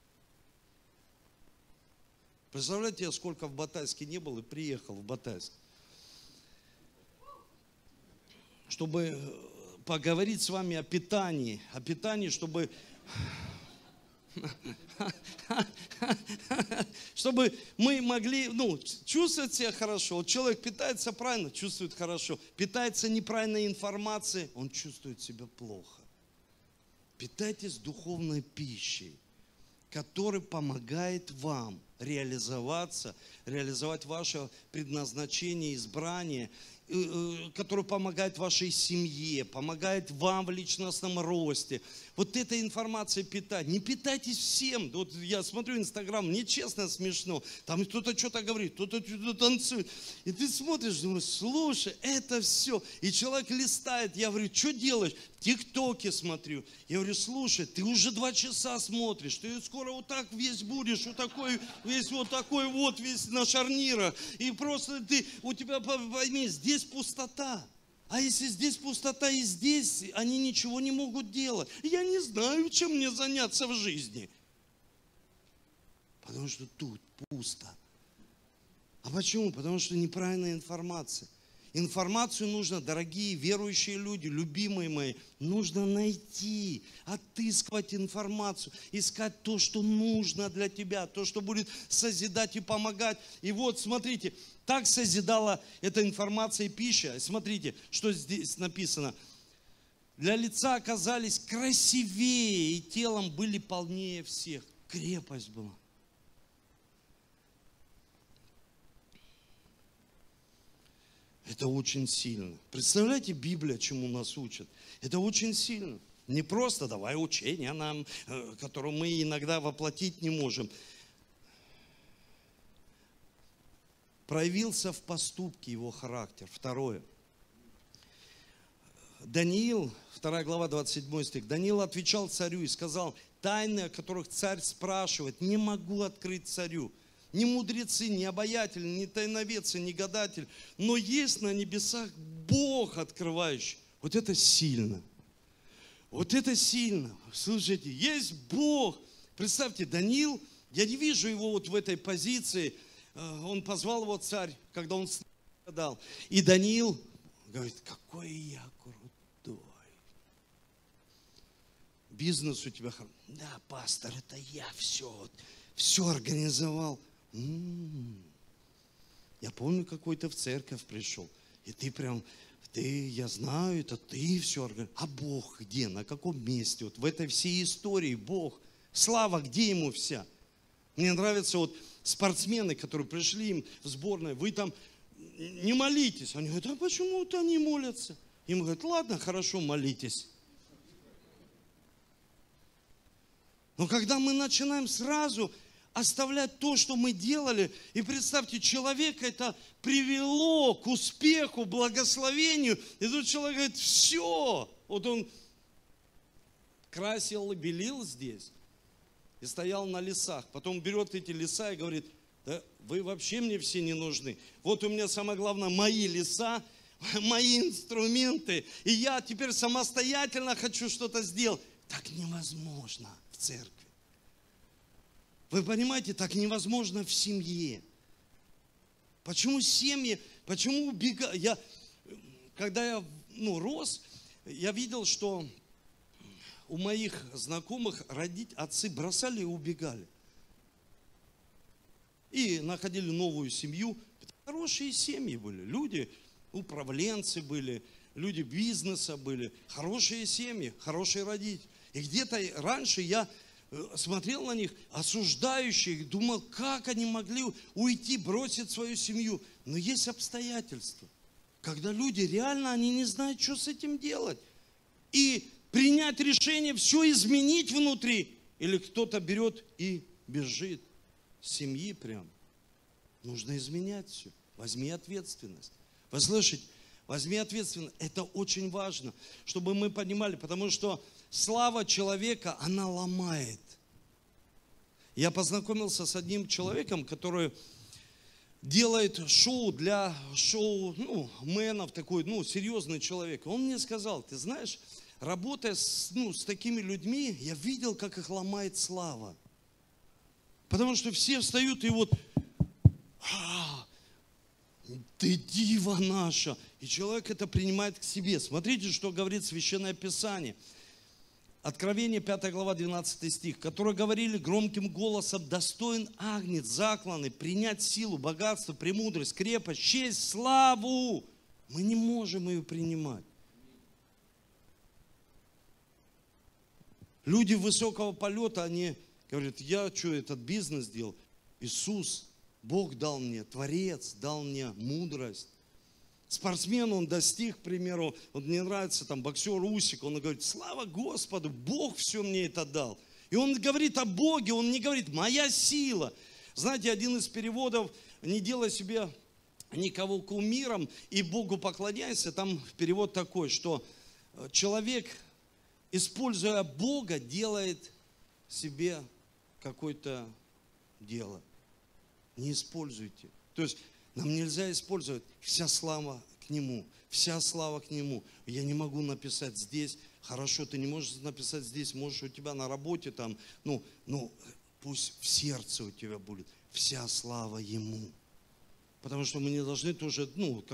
Представляете, я сколько в Батайске не был и приехал в Батайск. Чтобы поговорить с вами о питании, чтобы мы могли чувствовать себя хорошо. Вот человек питается правильно, чувствует хорошо. Питается неправильной информацией, он чувствует себя плохо. Питайтесь духовной пищей, которая помогает вам реализовать ваше предназначение, избрание, который помогает вашей семье, помогает вам в личностном росте. Вот этой информацией питать. Не питайтесь всем. Вот я смотрю Инстаграм, мне честно смешно. Там кто-то что-то говорит, кто-то что-то танцует. И ты смотришь, думаешь, слушай, это все. И человек листает, я говорю, что делаешь? В ТикТоке смотрю. Я говорю, слушай, ты уже 2 часа смотришь, ты скоро вот так весь будешь, вот такой, весь вот такой вот, весь на шарнирах. И просто у тебя, пойми, здесь пустота. А если здесь пустота и здесь, они ничего не могут делать. Я не знаю, чем мне заняться в жизни. Потому что тут пусто. А почему? Потому что неправильная информация. Информацию нужно, дорогие верующие люди, любимые мои, нужно найти, отыскивать информацию, искать то, что нужно для тебя, то, что будет созидать и помогать. И вот, смотрите, так созидала эта информация и пища. Смотрите, что здесь написано. Для лица оказались красивее, и телом были полнее всех. Крепость была. Это очень сильно. Представляете, Библия чему нас учит? Это очень сильно. Не просто давай учение нам, которое мы иногда воплотить не можем. Проявился в поступке его характер. Второе. Даниил, 2 глава, 27 стих. Даниил отвечал царю и сказал, тайны, о которых царь спрашивает, не могу открыть царю. Ни мудрецы, ни обаятель, ни тайноведцы, ни гадатель. Но есть на небесах Бог открывающий. Вот это сильно. Вот это сильно. Слушайте, есть Бог. Представьте, Даниил, я не вижу его вот в этой позиции. Он позвал его царь, когда он дал. И Даниил говорит, какой я крутой. Бизнес у тебя хороший. Да, пастор, это я все организовал. Я помню, какой ты в церковь пришел. И я знаю, это ты все организовал. А Бог где? На каком месте? Вот в этой всей истории Бог. Слава, где ему вся? Мне нравятся вот спортсмены, которые пришли им в сборную. Вы там не молитесь. Они говорят, а почему-то они молятся. Им говорят, ладно, хорошо, молитесь. Но когда мы начинаем сразу оставлять то, что мы делали, и представьте, человека это привело к успеху, благословению, и тут человек говорит, все, вот он красил и белил здесь, и стоял на лесах, потом берет эти леса и говорит, да вы вообще мне все не нужны, вот у меня самое главное мои леса, мои инструменты, и я теперь самостоятельно хочу что-то сделать. Так невозможно в церкви. Вы понимаете, так невозможно в семье. Почему семьи, почему убегают? Когда я рос, я видел, что у моих знакомых отцы бросали и убегали. И находили новую семью. Хорошие семьи были, люди, управленцы были, люди бизнеса были, хорошие семьи, хорошие родители. И где-то раньше я смотрел на них, осуждающих, думал, как они могли уйти, бросить свою семью. Но есть обстоятельства, когда люди реально, они не знают, что с этим делать. И принять решение, все изменить внутри. Или кто-то берет и бежит с семьи прям. Нужно изменять все. Возьми ответственность. Вы слышите? Возьми ответственность. Это очень важно, чтобы мы понимали, потому что слава человека, она ломает. Я познакомился с одним человеком, который делает шоу для шоу-менов, такой, серьезный человек. Он мне сказал, ты знаешь, работая с такими людьми, я видел, как их ломает слава. Потому что все встают и вот, ты дива наша. И человек это принимает к себе. Смотрите, что говорит Священное Писание. Откровение 5 глава 12 стих. Которые говорили громким голосом, достоин агнец закланный принять силу, богатство, премудрость, крепость, честь, славу. Мы не можем ее принимать. Люди высокого полета, они говорят, я что, этот бизнес делал? Иисус, Бог дал мне, Творец дал мне мудрость, Спортсмен, он достиг, к примеру, вот мне нравится там боксер Усик, он говорит: слава Господу, Бог все мне это дал. И он говорит о Боге, он не говорит: моя сила. Знаете, один из переводов: не делай себе никого кумиром и Богу поклоняйся. Там перевод такой, что человек, используя Бога, делает себе какое-то дело. Не используйте. То есть нам нельзя использовать. Вся слава к Нему. Вся слава к Нему. Я не могу написать здесь. Хорошо, ты не можешь написать здесь. Можешь у тебя на работе там. Пусть в сердце у тебя будет. Вся слава Ему. Потому что мы не должны тоже,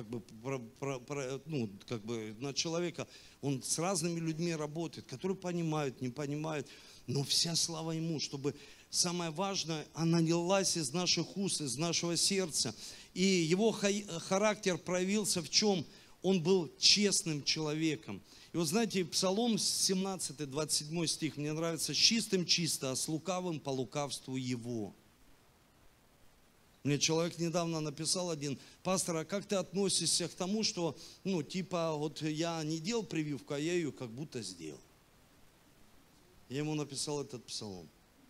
на человека, он с разными людьми работает, которые понимают, не понимают, но вся слава Ему, чтобы самое важное, она лилась из наших уст, из нашего сердца. И его характер проявился в чем? Он был честным человеком. И вот знаете, Псалом 17, 27 стих, мне нравится: «С чистым чисто, а с лукавым по лукавству его». Мне человек недавно написал один: пастор, а как ты относишься к тому, что, вот я не делал прививку, а я ее как будто сделал. Я ему написал этот псалом.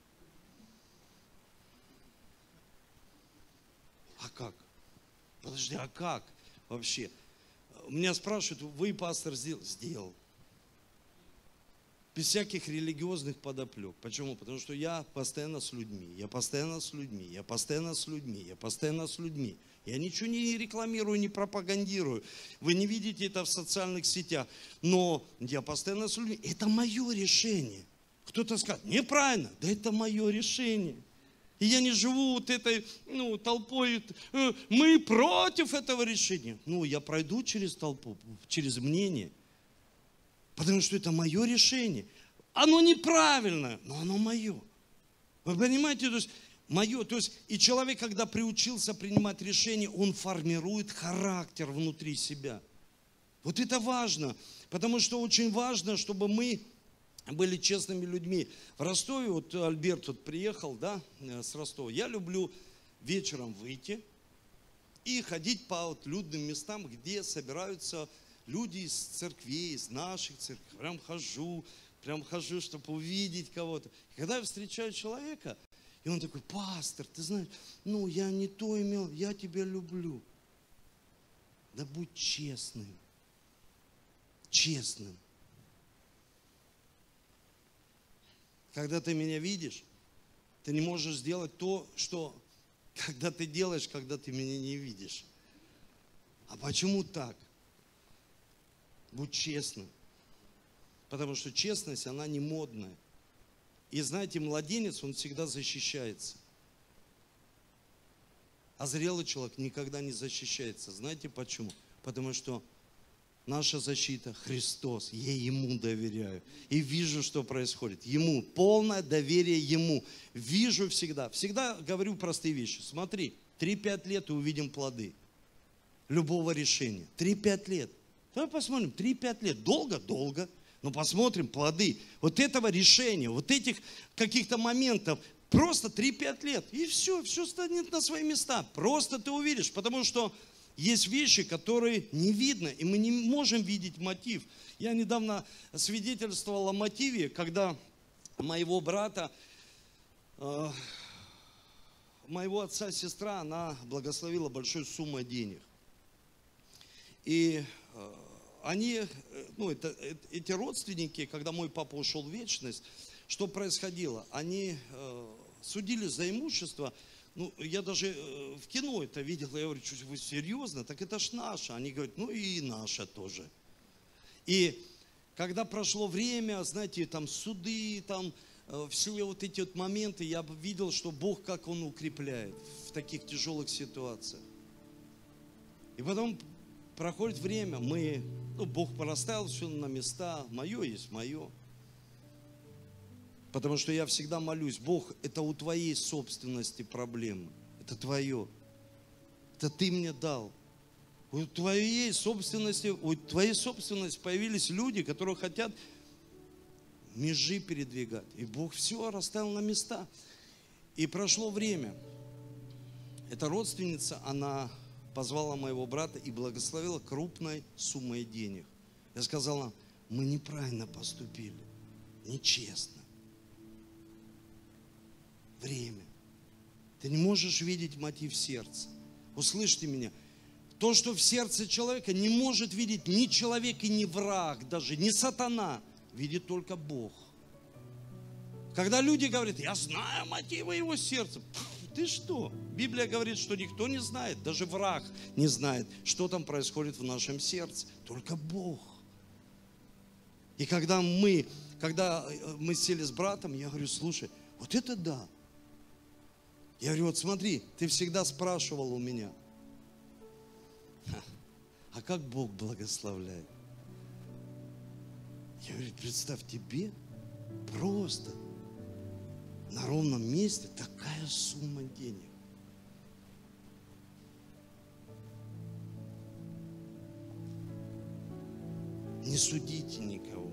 А как? Подожди, а как вообще? Меня спрашивают: вы, пастор, сделал? Сделал. Без всяких религиозных подоплек. Почему? Потому что я постоянно с людьми. Я постоянно с людьми. Я постоянно с людьми. Я постоянно с людьми. Я ничего не рекламирую, не пропагандирую. Вы не видите это в социальных сетях. Но я постоянно с людьми. Это мое решение. Кто-то скажет: неправильно. Да это мое решение. И я не живу вот этой толпой. Мы против этого решения. Я пройду через толпу, через мнение. Потому что это мое решение. Оно неправильное, но оно мое. Вы понимаете, то есть мое. То есть и человек, когда приучился принимать решения, он формирует характер внутри себя. Вот это важно. Потому что очень важно, чтобы мы были честными людьми. В Ростове, вот Альберт приехал, с Ростова. Я люблю вечером выйти и ходить по людным местам, где собираются люди из церквей, из наших церквей. Прям хожу, чтобы увидеть кого-то. И когда я встречаю человека, и он такой: пастор, ты знаешь, я не то имел, я тебя люблю. Да будь честным. Честным. Когда ты меня видишь, ты не можешь сделать то, что когда ты делаешь, когда ты меня не видишь. А почему так? Будь честным. Потому что честность, она не модная. И знаете, младенец, он всегда защищается. А зрелый человек никогда не защищается. Знаете почему? Потому что наша защита — Христос. Я Ему доверяю. И вижу, что происходит. Ему. Полное доверие Ему. Вижу всегда. Всегда говорю простые вещи. Смотри, 3-5 лет и увидим плоды любого решения. 3-5 лет. Давай посмотрим, 3-5 лет. Долго? Долго. Но посмотрим плоды вот этого решения, вот этих каких-то моментов. Просто 3-5 лет. И все станет на свои места. Просто ты увидишь. Потому что есть вещи, которые не видно, и мы не можем видеть мотив. Я недавно свидетельствовал о мотиве, когда моего брата, моего отца сестра, она благословила большой суммой денег. И они, эти родственники, когда мой папа ушел в вечность, что происходило? Они судили за имущество. Я даже в кино это видел, я говорю: вы серьезно? Так это ж наше. Они говорят: и наше тоже. И когда прошло время, знаете, там суды, там все вот эти вот моменты, я видел, что Бог, как Он укрепляет в таких тяжелых ситуациях. И потом проходит время, Бог порасставил все на места, мое есть мое. Потому что я всегда молюсь: Бог, это у Твоей собственности проблемы, это Твое. Это Ты мне дал. У Твоей собственности появились люди, которые хотят межи передвигать. И Бог все расставил на места. И прошло время. Эта родственница, она позвала моего брата и благословила крупной суммой денег. Я сказала, мы неправильно поступили, нечестно. Время. Ты не можешь видеть мотив сердца. Услышьте меня. То, что в сердце человека, не может видеть ни человек и ни враг, даже ни сатана, видит только Бог. Когда люди говорят, я знаю мотивы его сердца. Ты что? Библия говорит, что никто не знает, даже враг не знает, что там происходит в нашем сердце. Только Бог. И когда мы сели с братом, я говорю, слушай, вот это да. Я говорю, вот смотри, ты всегда спрашивал у меня, а как Бог благословляет? Я говорю, представь, тебе просто на ровном месте такая сумма денег. Не судите никого.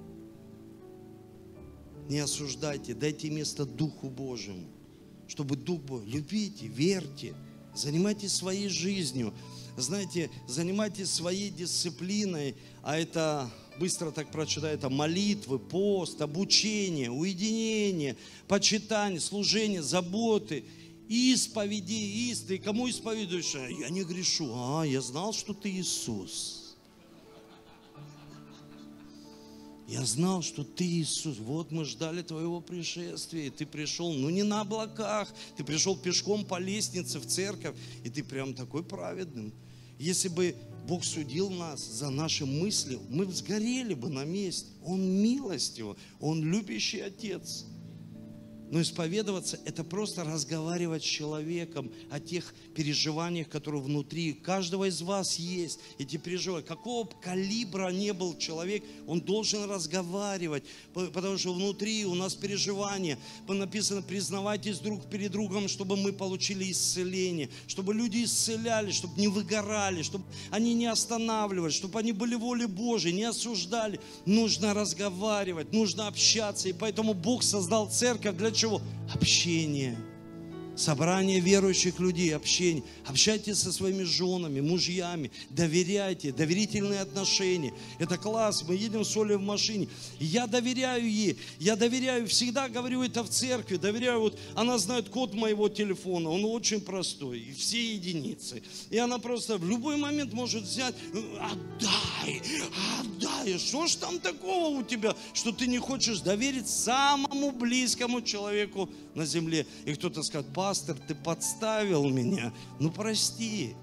Не осуждайте, дайте место Духу Божьему. Чтобы Дух Божий, любите, верьте, занимайтесь своей жизнью. Знаете, занимайтесь своей дисциплиной, а это, быстро так прочитаю, это молитвы, пост, обучение, уединение, почитание, служение, заботы, исповеди, Ты кому исповедуешь? Я не грешу. Я знал, что ты Иисус. Я знал, что ты Иисус. Вот мы ждали твоего пришествия, и ты пришел, не на облаках, ты пришел пешком по лестнице в церковь, и ты прям такой праведным. Если бы Бог судил нас за наши мысли, мы бы сгорели бы на месте. Он милостивый, Он любящий Отец. Но исповедоваться – это просто разговаривать с человеком о тех переживаниях, которые внутри каждого из вас есть. Эти переживания, какого бы калибра не был человек, он должен разговаривать, потому что внутри у нас переживания. Написано, признавайтесь друг перед другом, чтобы мы получили исцеление, чтобы люди исцелялись, чтобы не выгорали, чтобы они не останавливались, чтобы они были в воле Божией, не осуждали. Нужно разговаривать, нужно общаться. И поэтому Бог создал церковь для чего? Общение. Собрание верующих людей, общение. Общайтесь со своими женами, мужьями, доверяйте, доверительные отношения. Это класс, мы едем с Олей в машине. Я доверяю ей, всегда говорю это в церкви, доверяю, она знает код моего телефона, он очень простой, и все единицы. И она просто в любой момент может взять, отдай. Что ж там такого у тебя, что ты не хочешь доверить самому близкому человеку на земле? И кто-то скажет, пастор, ты подставил меня. Прости.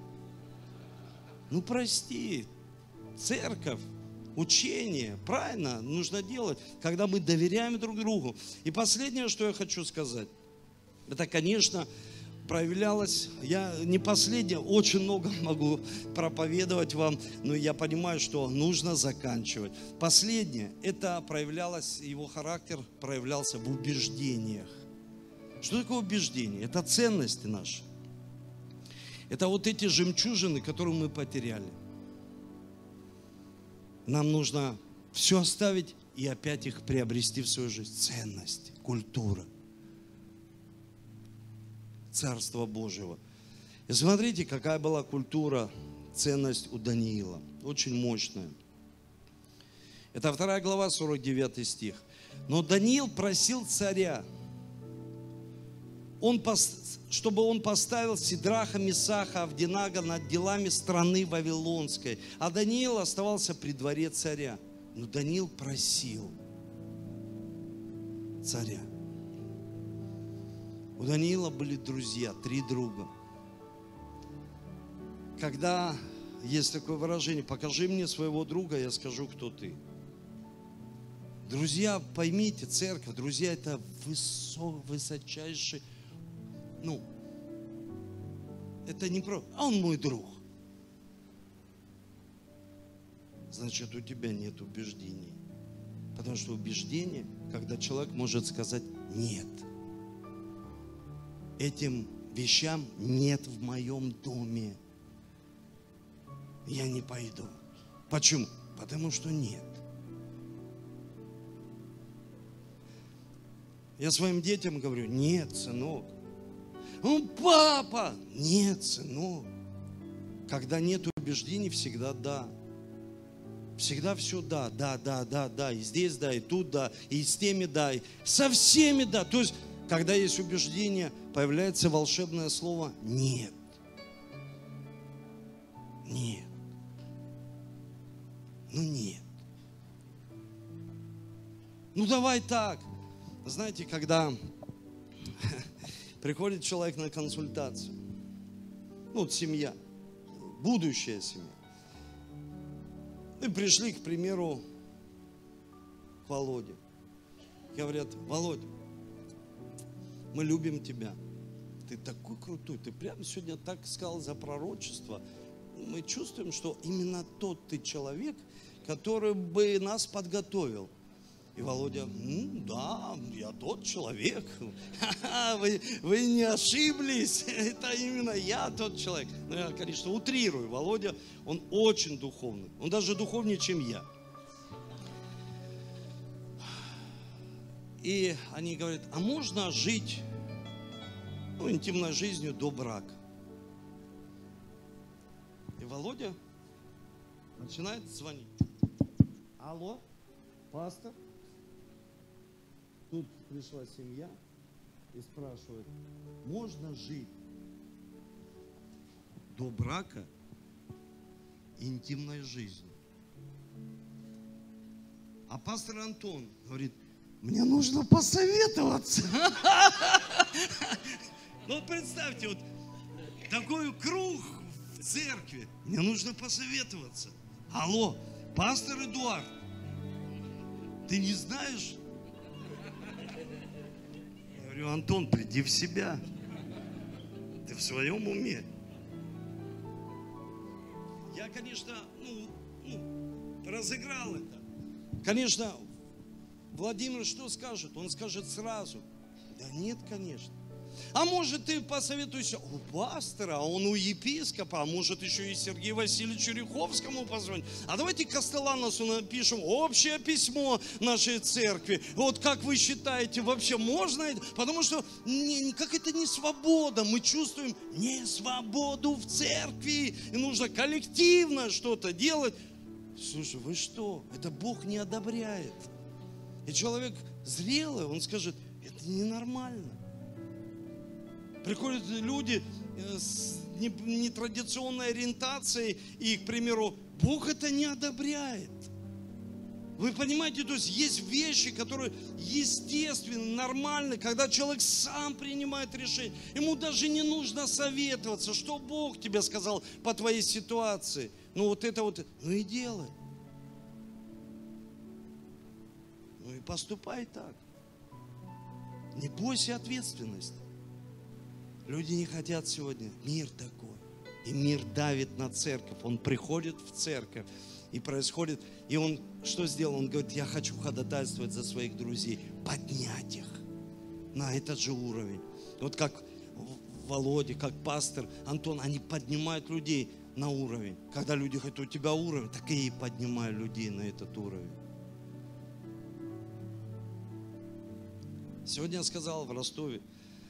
Церковь, учение, правильно, нужно делать, когда мы доверяем друг другу. И последнее, что я хочу сказать, это, конечно, проявлялось, я не последнее, очень много могу проповедовать вам, но я понимаю, что нужно заканчивать. Последнее, это проявлялось, его характер проявлялся в убеждениях. Что такое убеждение? Это ценности наши. Это вот эти жемчужины, которые мы потеряли. Нам нужно все оставить и опять их приобрести в свою жизнь. Ценности, культура. Царства Божьего. И смотрите, какая была культура, ценность у Даниила. Очень мощная. Это 2 глава, 49 стих. Но Даниил просил царя, чтобы он поставил Сидраха, Месаха, Авдинага над делами страны Вавилонской. А Даниил оставался при дворе царя. Но Даниил просил царя. У Даниила были друзья, 3 друга. Когда есть такое выражение, покажи мне своего друга, я скажу, кто ты. Друзья, поймите, церковь, друзья, это высочайший, это не про, он мой друг. Значит, у тебя нет убеждений. Потому что убеждение, когда человек может сказать нет. Этим вещам нет в моем доме. Я не пойду. Почему? Потому что нет. Я своим детям говорю, нет, сынок. Папа, нет, сынок. Когда нет убеждений, всегда да. Всегда все да, да. И здесь да, и тут да, и с теми да, и со всеми да. То есть, когда есть убеждение, появляется волшебное слово нет. Нет. Ну нет. Ну давай так. Знаете, когда приходит человек на консультацию, ну вот семья, будущая семья, и пришли, к примеру, к Володе. Говорят: Володя, мы любим тебя. Ты такой крутой, ты прямо сегодня так сказал за пророчество. Мы чувствуем, что именно тот ты человек, который бы нас подготовил. И Володя: да, я тот человек. Вы не ошиблись, это именно я тот человек. Ну, я, конечно, утрирую. Володя, он очень духовный, он даже духовнее, чем я. И они говорят: а можно жить интимной жизнью до брака? И Володя начинает звонить. Алло, пастор? Тут пришла семья и спрашивает: можно жить до брака интимной жизнью? А пастор Антон говорит: мне нужно посоветоваться. Ну, представьте, вот такой круг в церкви. Мне нужно посоветоваться. Алло, пастор Эдуард, ты не знаешь? Я говорю: Антон, приди в себя. Ты в своем уме? Я, конечно, разыграл это. Конечно, Владимир что скажет? Он скажет сразу: да нет, конечно. А может, ты посоветуешься у пастора, а он у епископа, а может, еще и Сергею Васильевичу Риховскому позвонить. А давайте Костеланосу напишем общее письмо нашей церкви. Вот как вы считаете, вообще можно это? Потому что как это не свобода. Мы чувствуем не свободу в церкви. И нужно коллективно что-то делать. Слушай, вы что? Это Бог не одобряет. И человек зрелый, он скажет: это ненормально. Приходят люди с нетрадиционной ориентацией, и, к примеру, Бог это не одобряет. Вы понимаете, то есть вещи, которые естественны, нормальны, когда человек сам принимает решение. Ему даже не нужно советоваться, что Бог тебе сказал по твоей ситуации. Ну вот это вот, ну и делай. Ну и поступай так. Не бойся ответственности. Люди не хотят сегодня. Мир такой. И мир давит на церковь. Он приходит в церковь. И происходит. И он что сделал? Он говорит: я хочу ходатайствовать за своих друзей. Поднять их на этот же уровень. Вот как Володя, как пастор Антон. Они поднимают людей на уровень. Когда люди говорят: у тебя уровень, так и я поднимаю людей на этот уровень. Сегодня я сказал в Ростове,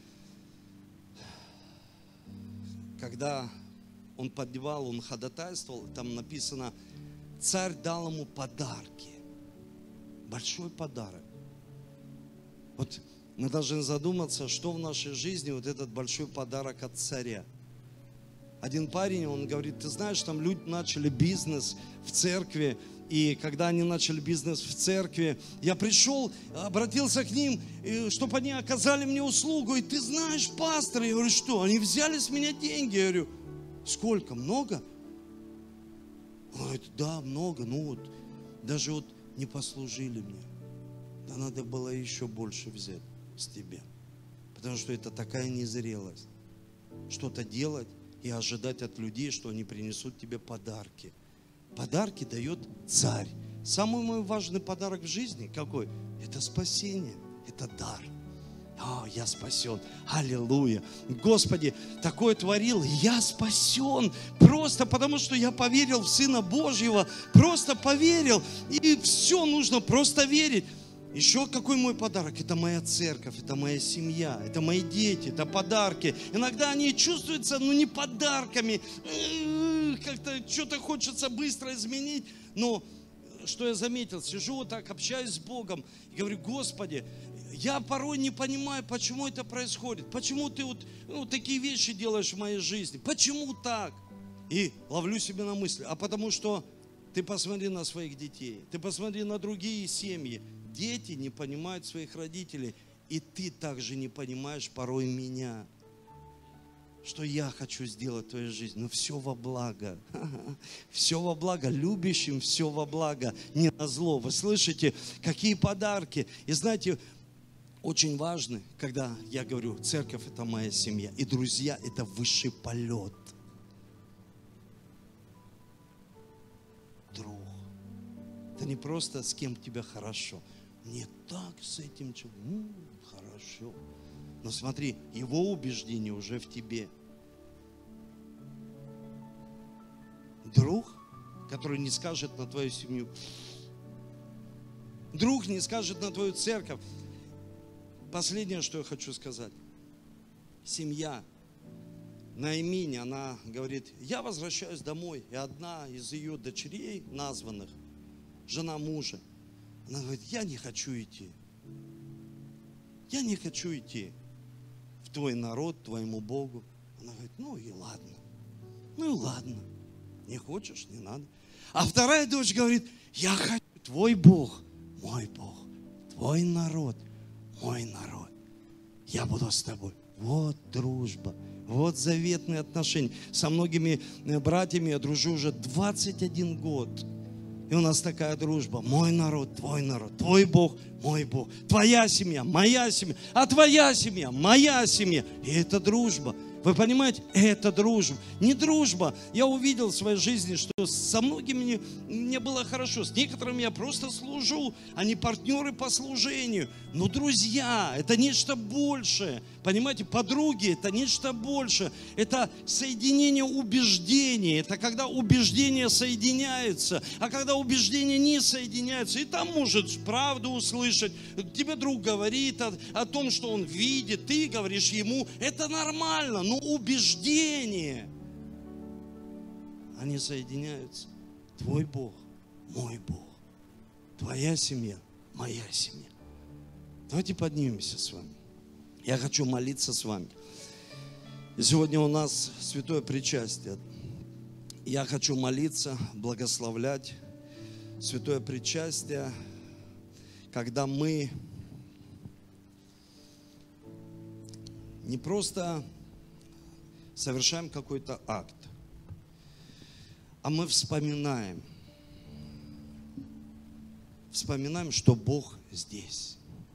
когда он поднимал, он ходатайствовал, там написано: царь дал ему подарки. Большой подарок. Вот мы должны задуматься, что в нашей жизни вот этот большой подарок от царя. Один парень, он говорит: ты знаешь, там люди начали бизнес в церкви, и когда они начали бизнес в церкви, я пришел, обратился к ним, чтобы они оказали мне услугу. И ты знаешь, пастор, я говорю: что? Они взяли с меня деньги. Я говорю: сколько? Много? Он говорит: да, много. Ну вот, даже вот не послужили мне. Да надо было еще больше взять с тебя. Потому что это такая незрелость. Что-то делать и ожидать от людей, что они принесут тебе подарки. Подарки дает царь. Самый мой важный подарок в жизни какой? Это спасение, это дар. Я спасен. Аллилуйя. Господи, такое творил, я спасен. Просто потому, что я поверил в Сына Божьего. Просто поверил. И все нужно просто верить. Еще какой мой подарок? Это моя церковь, это моя семья, это мои дети, это подарки. Иногда они чувствуются, не подарками. как-то что-то хочется быстро изменить. Но что я заметил, сижу вот так, общаюсь с Богом и говорю: Господи, я порой не понимаю, почему это происходит. Почему ты вот такие вещи делаешь в моей жизни? Почему так? И ловлю себя на мысли: а потому что ты посмотри на своих детей, ты посмотри на другие семьи. Дети не понимают своих родителей, и ты также не понимаешь порой меня, что я хочу сделать в твоей жизни. Но все во благо. Все во благо. Любящим все во благо. Не на зло. Вы слышите, какие подарки. И знаете, очень важно, когда я говорю: церковь — это моя семья, и друзья — это высший полет. Друг. Это не просто с кем тебе хорошо. Не так с этим человеком. Хорошо. Но смотри, его убеждение уже в тебе. Друг, который не скажет на твою семью. Друг не скажет на твою церковь. Последнее, что я хочу сказать. Семья. Наиминь, она говорит: я возвращаюсь домой. И одна из ее дочерей названных, жена мужа, она говорит: я не хочу идти. Я не хочу идти в твой народ, твоему Богу. Она говорит: ну и ладно. Ну и ладно. Не хочешь, не надо. А вторая дочь говорит: я хочу твой Бог, мой Бог. Твой народ, мой народ. Я буду с тобой. Вот дружба. Вот заветные отношения. Со многими братьями я дружу уже 21 год. И у нас такая дружба. Мой народ, твой Бог, мой Бог. Твоя семья, моя семья, а твоя семья, моя семья. И это дружба. Вы понимаете? Это дружба. Не дружба. Я увидел в своей жизни, что со многими мне было хорошо. С некоторыми я просто служу. Они партнеры по служению. Но друзья, это нечто большее. Понимаете? Подруги, это нечто большее. Это соединение убеждений. Это когда убеждения соединяются. А когда убеждения не соединяются, и там может правду услышать. Тебе друг говорит о том, что он видит. Ты говоришь ему. Это нормально. Но убеждения, они соединяются. Твой Бог, мой Бог. Твоя семья, моя семья. Давайте поднимемся с вами. Я хочу молиться с вами. И сегодня у нас святое причастие. Я хочу молиться, благословлять святое причастие, когда мы не просто совершаем какой-то акт, а мы вспоминаем, что Бог здесь.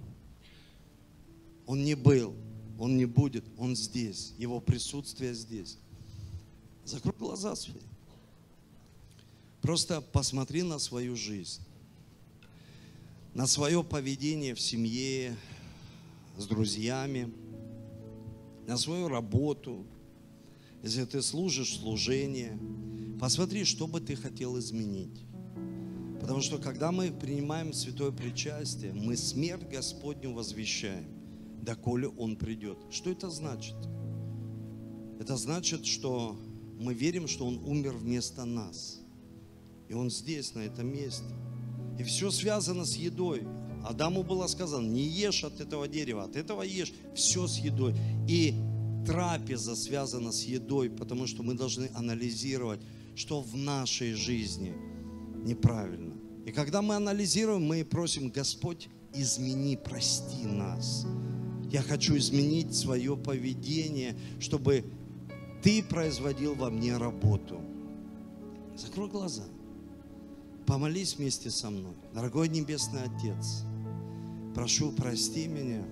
Он не был, Он не будет, Он здесь. Его присутствие здесь. Закрой глаза свои. Просто посмотри на свою жизнь, на свое поведение в семье, с друзьями, на свою работу. Если ты служишь служение, посмотри, что бы ты хотел изменить. Потому что когда мы принимаем святое причастие, мы смерть Господню возвещаем, доколе Он придет. Что это значит? Это значит, что мы верим, что Он умер вместо нас. И Он здесь, на этом месте. И все связано с едой. Адаму было сказано: не ешь от этого дерева, от этого ешь. Все с едой. И трапеза связана с едой, потому что мы должны анализировать, что в нашей жизни неправильно. И когда мы анализируем, мы просим: Господь, измени, прости нас. Я хочу изменить свое поведение, чтобы Ты производил во мне работу. Закрой глаза. Помолись вместе со мной. Дорогой Небесный Отец, прошу, прости меня,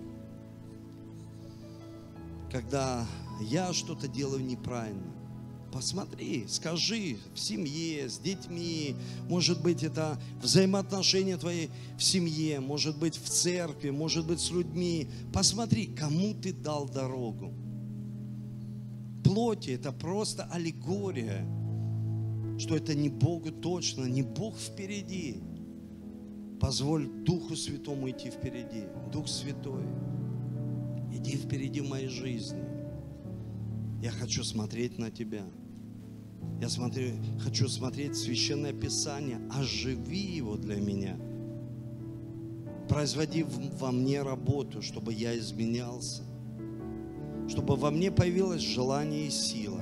когда я что-то делаю неправильно. Посмотри, скажи в семье, с детьми, может быть, это взаимоотношения твои в семье, может быть, в церкви, может быть, с людьми. Посмотри, кому ты дал дорогу. Плоти – это просто аллегория, что это не Богу точно, не Бог впереди. Позволь Духу Святому идти впереди. Дух Святой, иди впереди моей жизни. Я хочу смотреть на Тебя. Я хочу смотреть Священное Писание, оживи его для меня. Производи во мне работу, чтобы я изменялся, чтобы во мне появилось желание и сила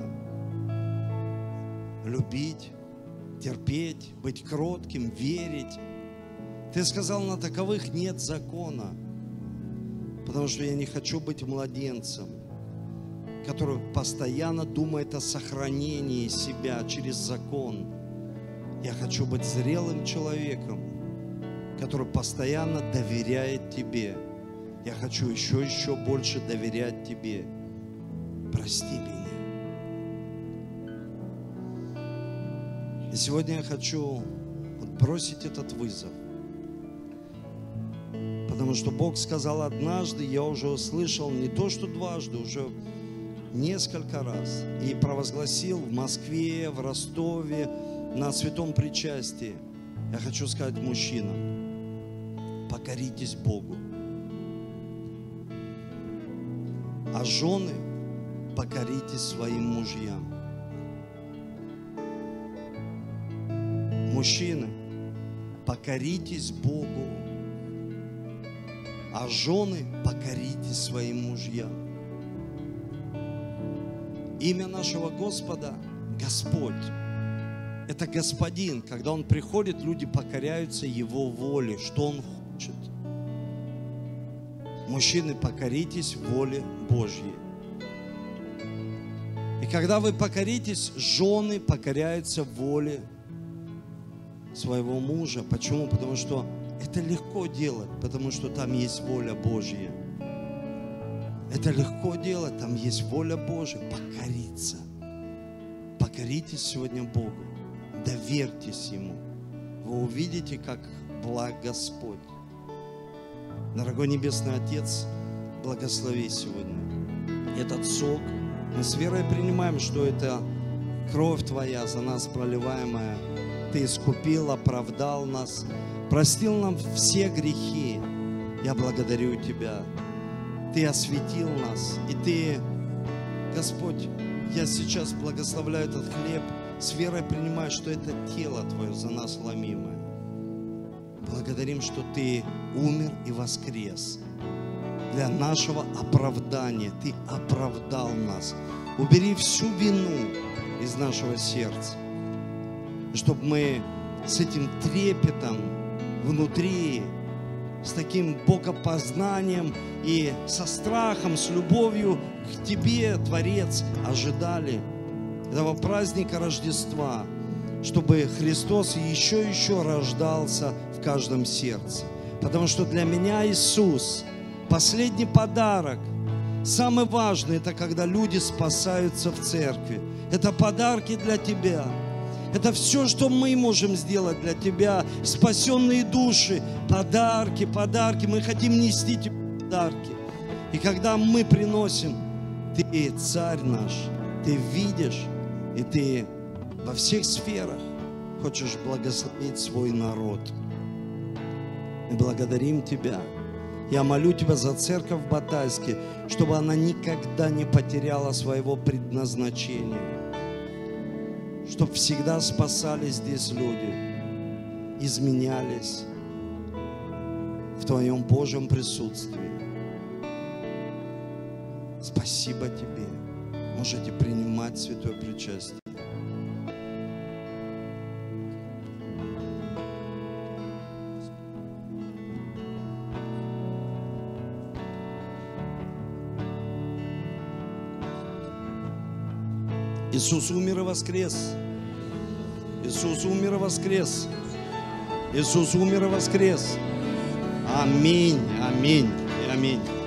любить, терпеть, быть кротким, верить. Ты сказал, на таковых нет закона, потому что я не хочу быть младенцем, который постоянно думает о сохранении себя через закон. Я хочу быть зрелым человеком, который постоянно доверяет Тебе. Я хочу еще больше доверять Тебе. Прости меня. И сегодня я хочу бросить этот вызов. Потому что Бог сказал однажды, я уже услышал, не то что дважды, уже несколько раз. И провозгласил в Москве, в Ростове, на Святом Причастии. Я хочу сказать мужчинам, покоритесь Богу. А жены, покоритесь своим мужьям. Мужчины, покоритесь Богу. А жены, покоритесь своим мужьям. Имя нашего Господа – Господь. Это Господин. Когда Он приходит, люди покоряются Его воле, что Он хочет. Мужчины, покоритесь воле Божьей. И когда вы покоритесь, жены покоряются воле своего мужа. Почему? Потому что это легко делать, потому что там есть воля Божья. Это легко делать, там есть воля Божья. Покориться. Покоритесь сегодня Богу. Доверьтесь Ему. Вы увидите, как благ Господь. Дорогой Небесный Отец, благослови сегодня этот сок. Мы с верой принимаем, что это кровь Твоя за нас проливаемая. Ты искупил, оправдал нас, простил нам все грехи. Я благодарю Тебя. Ты осветил нас. И Ты, Господь, я сейчас благословляю этот хлеб, с верой принимаю, что это тело Твое за нас ломимое. Благодарим, что Ты умер и воскрес. Для нашего оправдания Ты оправдал нас. Убери всю вину из нашего сердца, чтобы мы с этим трепетом внутри, с таким богопознанием и со страхом, с любовью к Тебе, Творец, ожидали этого праздника Рождества, чтобы Христос еще рождался в каждом сердце. Потому что для меня Иисус – последний подарок. Самый важный – это когда люди спасаются в церкви. Это подарки для Тебя. Это все, что мы можем сделать для Тебя. Спасенные души, подарки, подарки. Мы хотим нести Тебе подарки. И когда мы приносим, Ты царь наш, Ты видишь, и Ты во всех сферах хочешь благословить свой народ. Мы благодарим Тебя. Я молю Тебя за церковь в Батайске, чтобы она никогда не потеряла своего предназначения. Чтобы всегда спасались здесь люди, изменялись в Твоем Божьем присутствии. Спасибо Тебе. Можете принимать святое причастие. Иисус умер и воскрес. Иисус умер и воскрес. Иисус умер и воскрес. Аминь, аминь, аминь.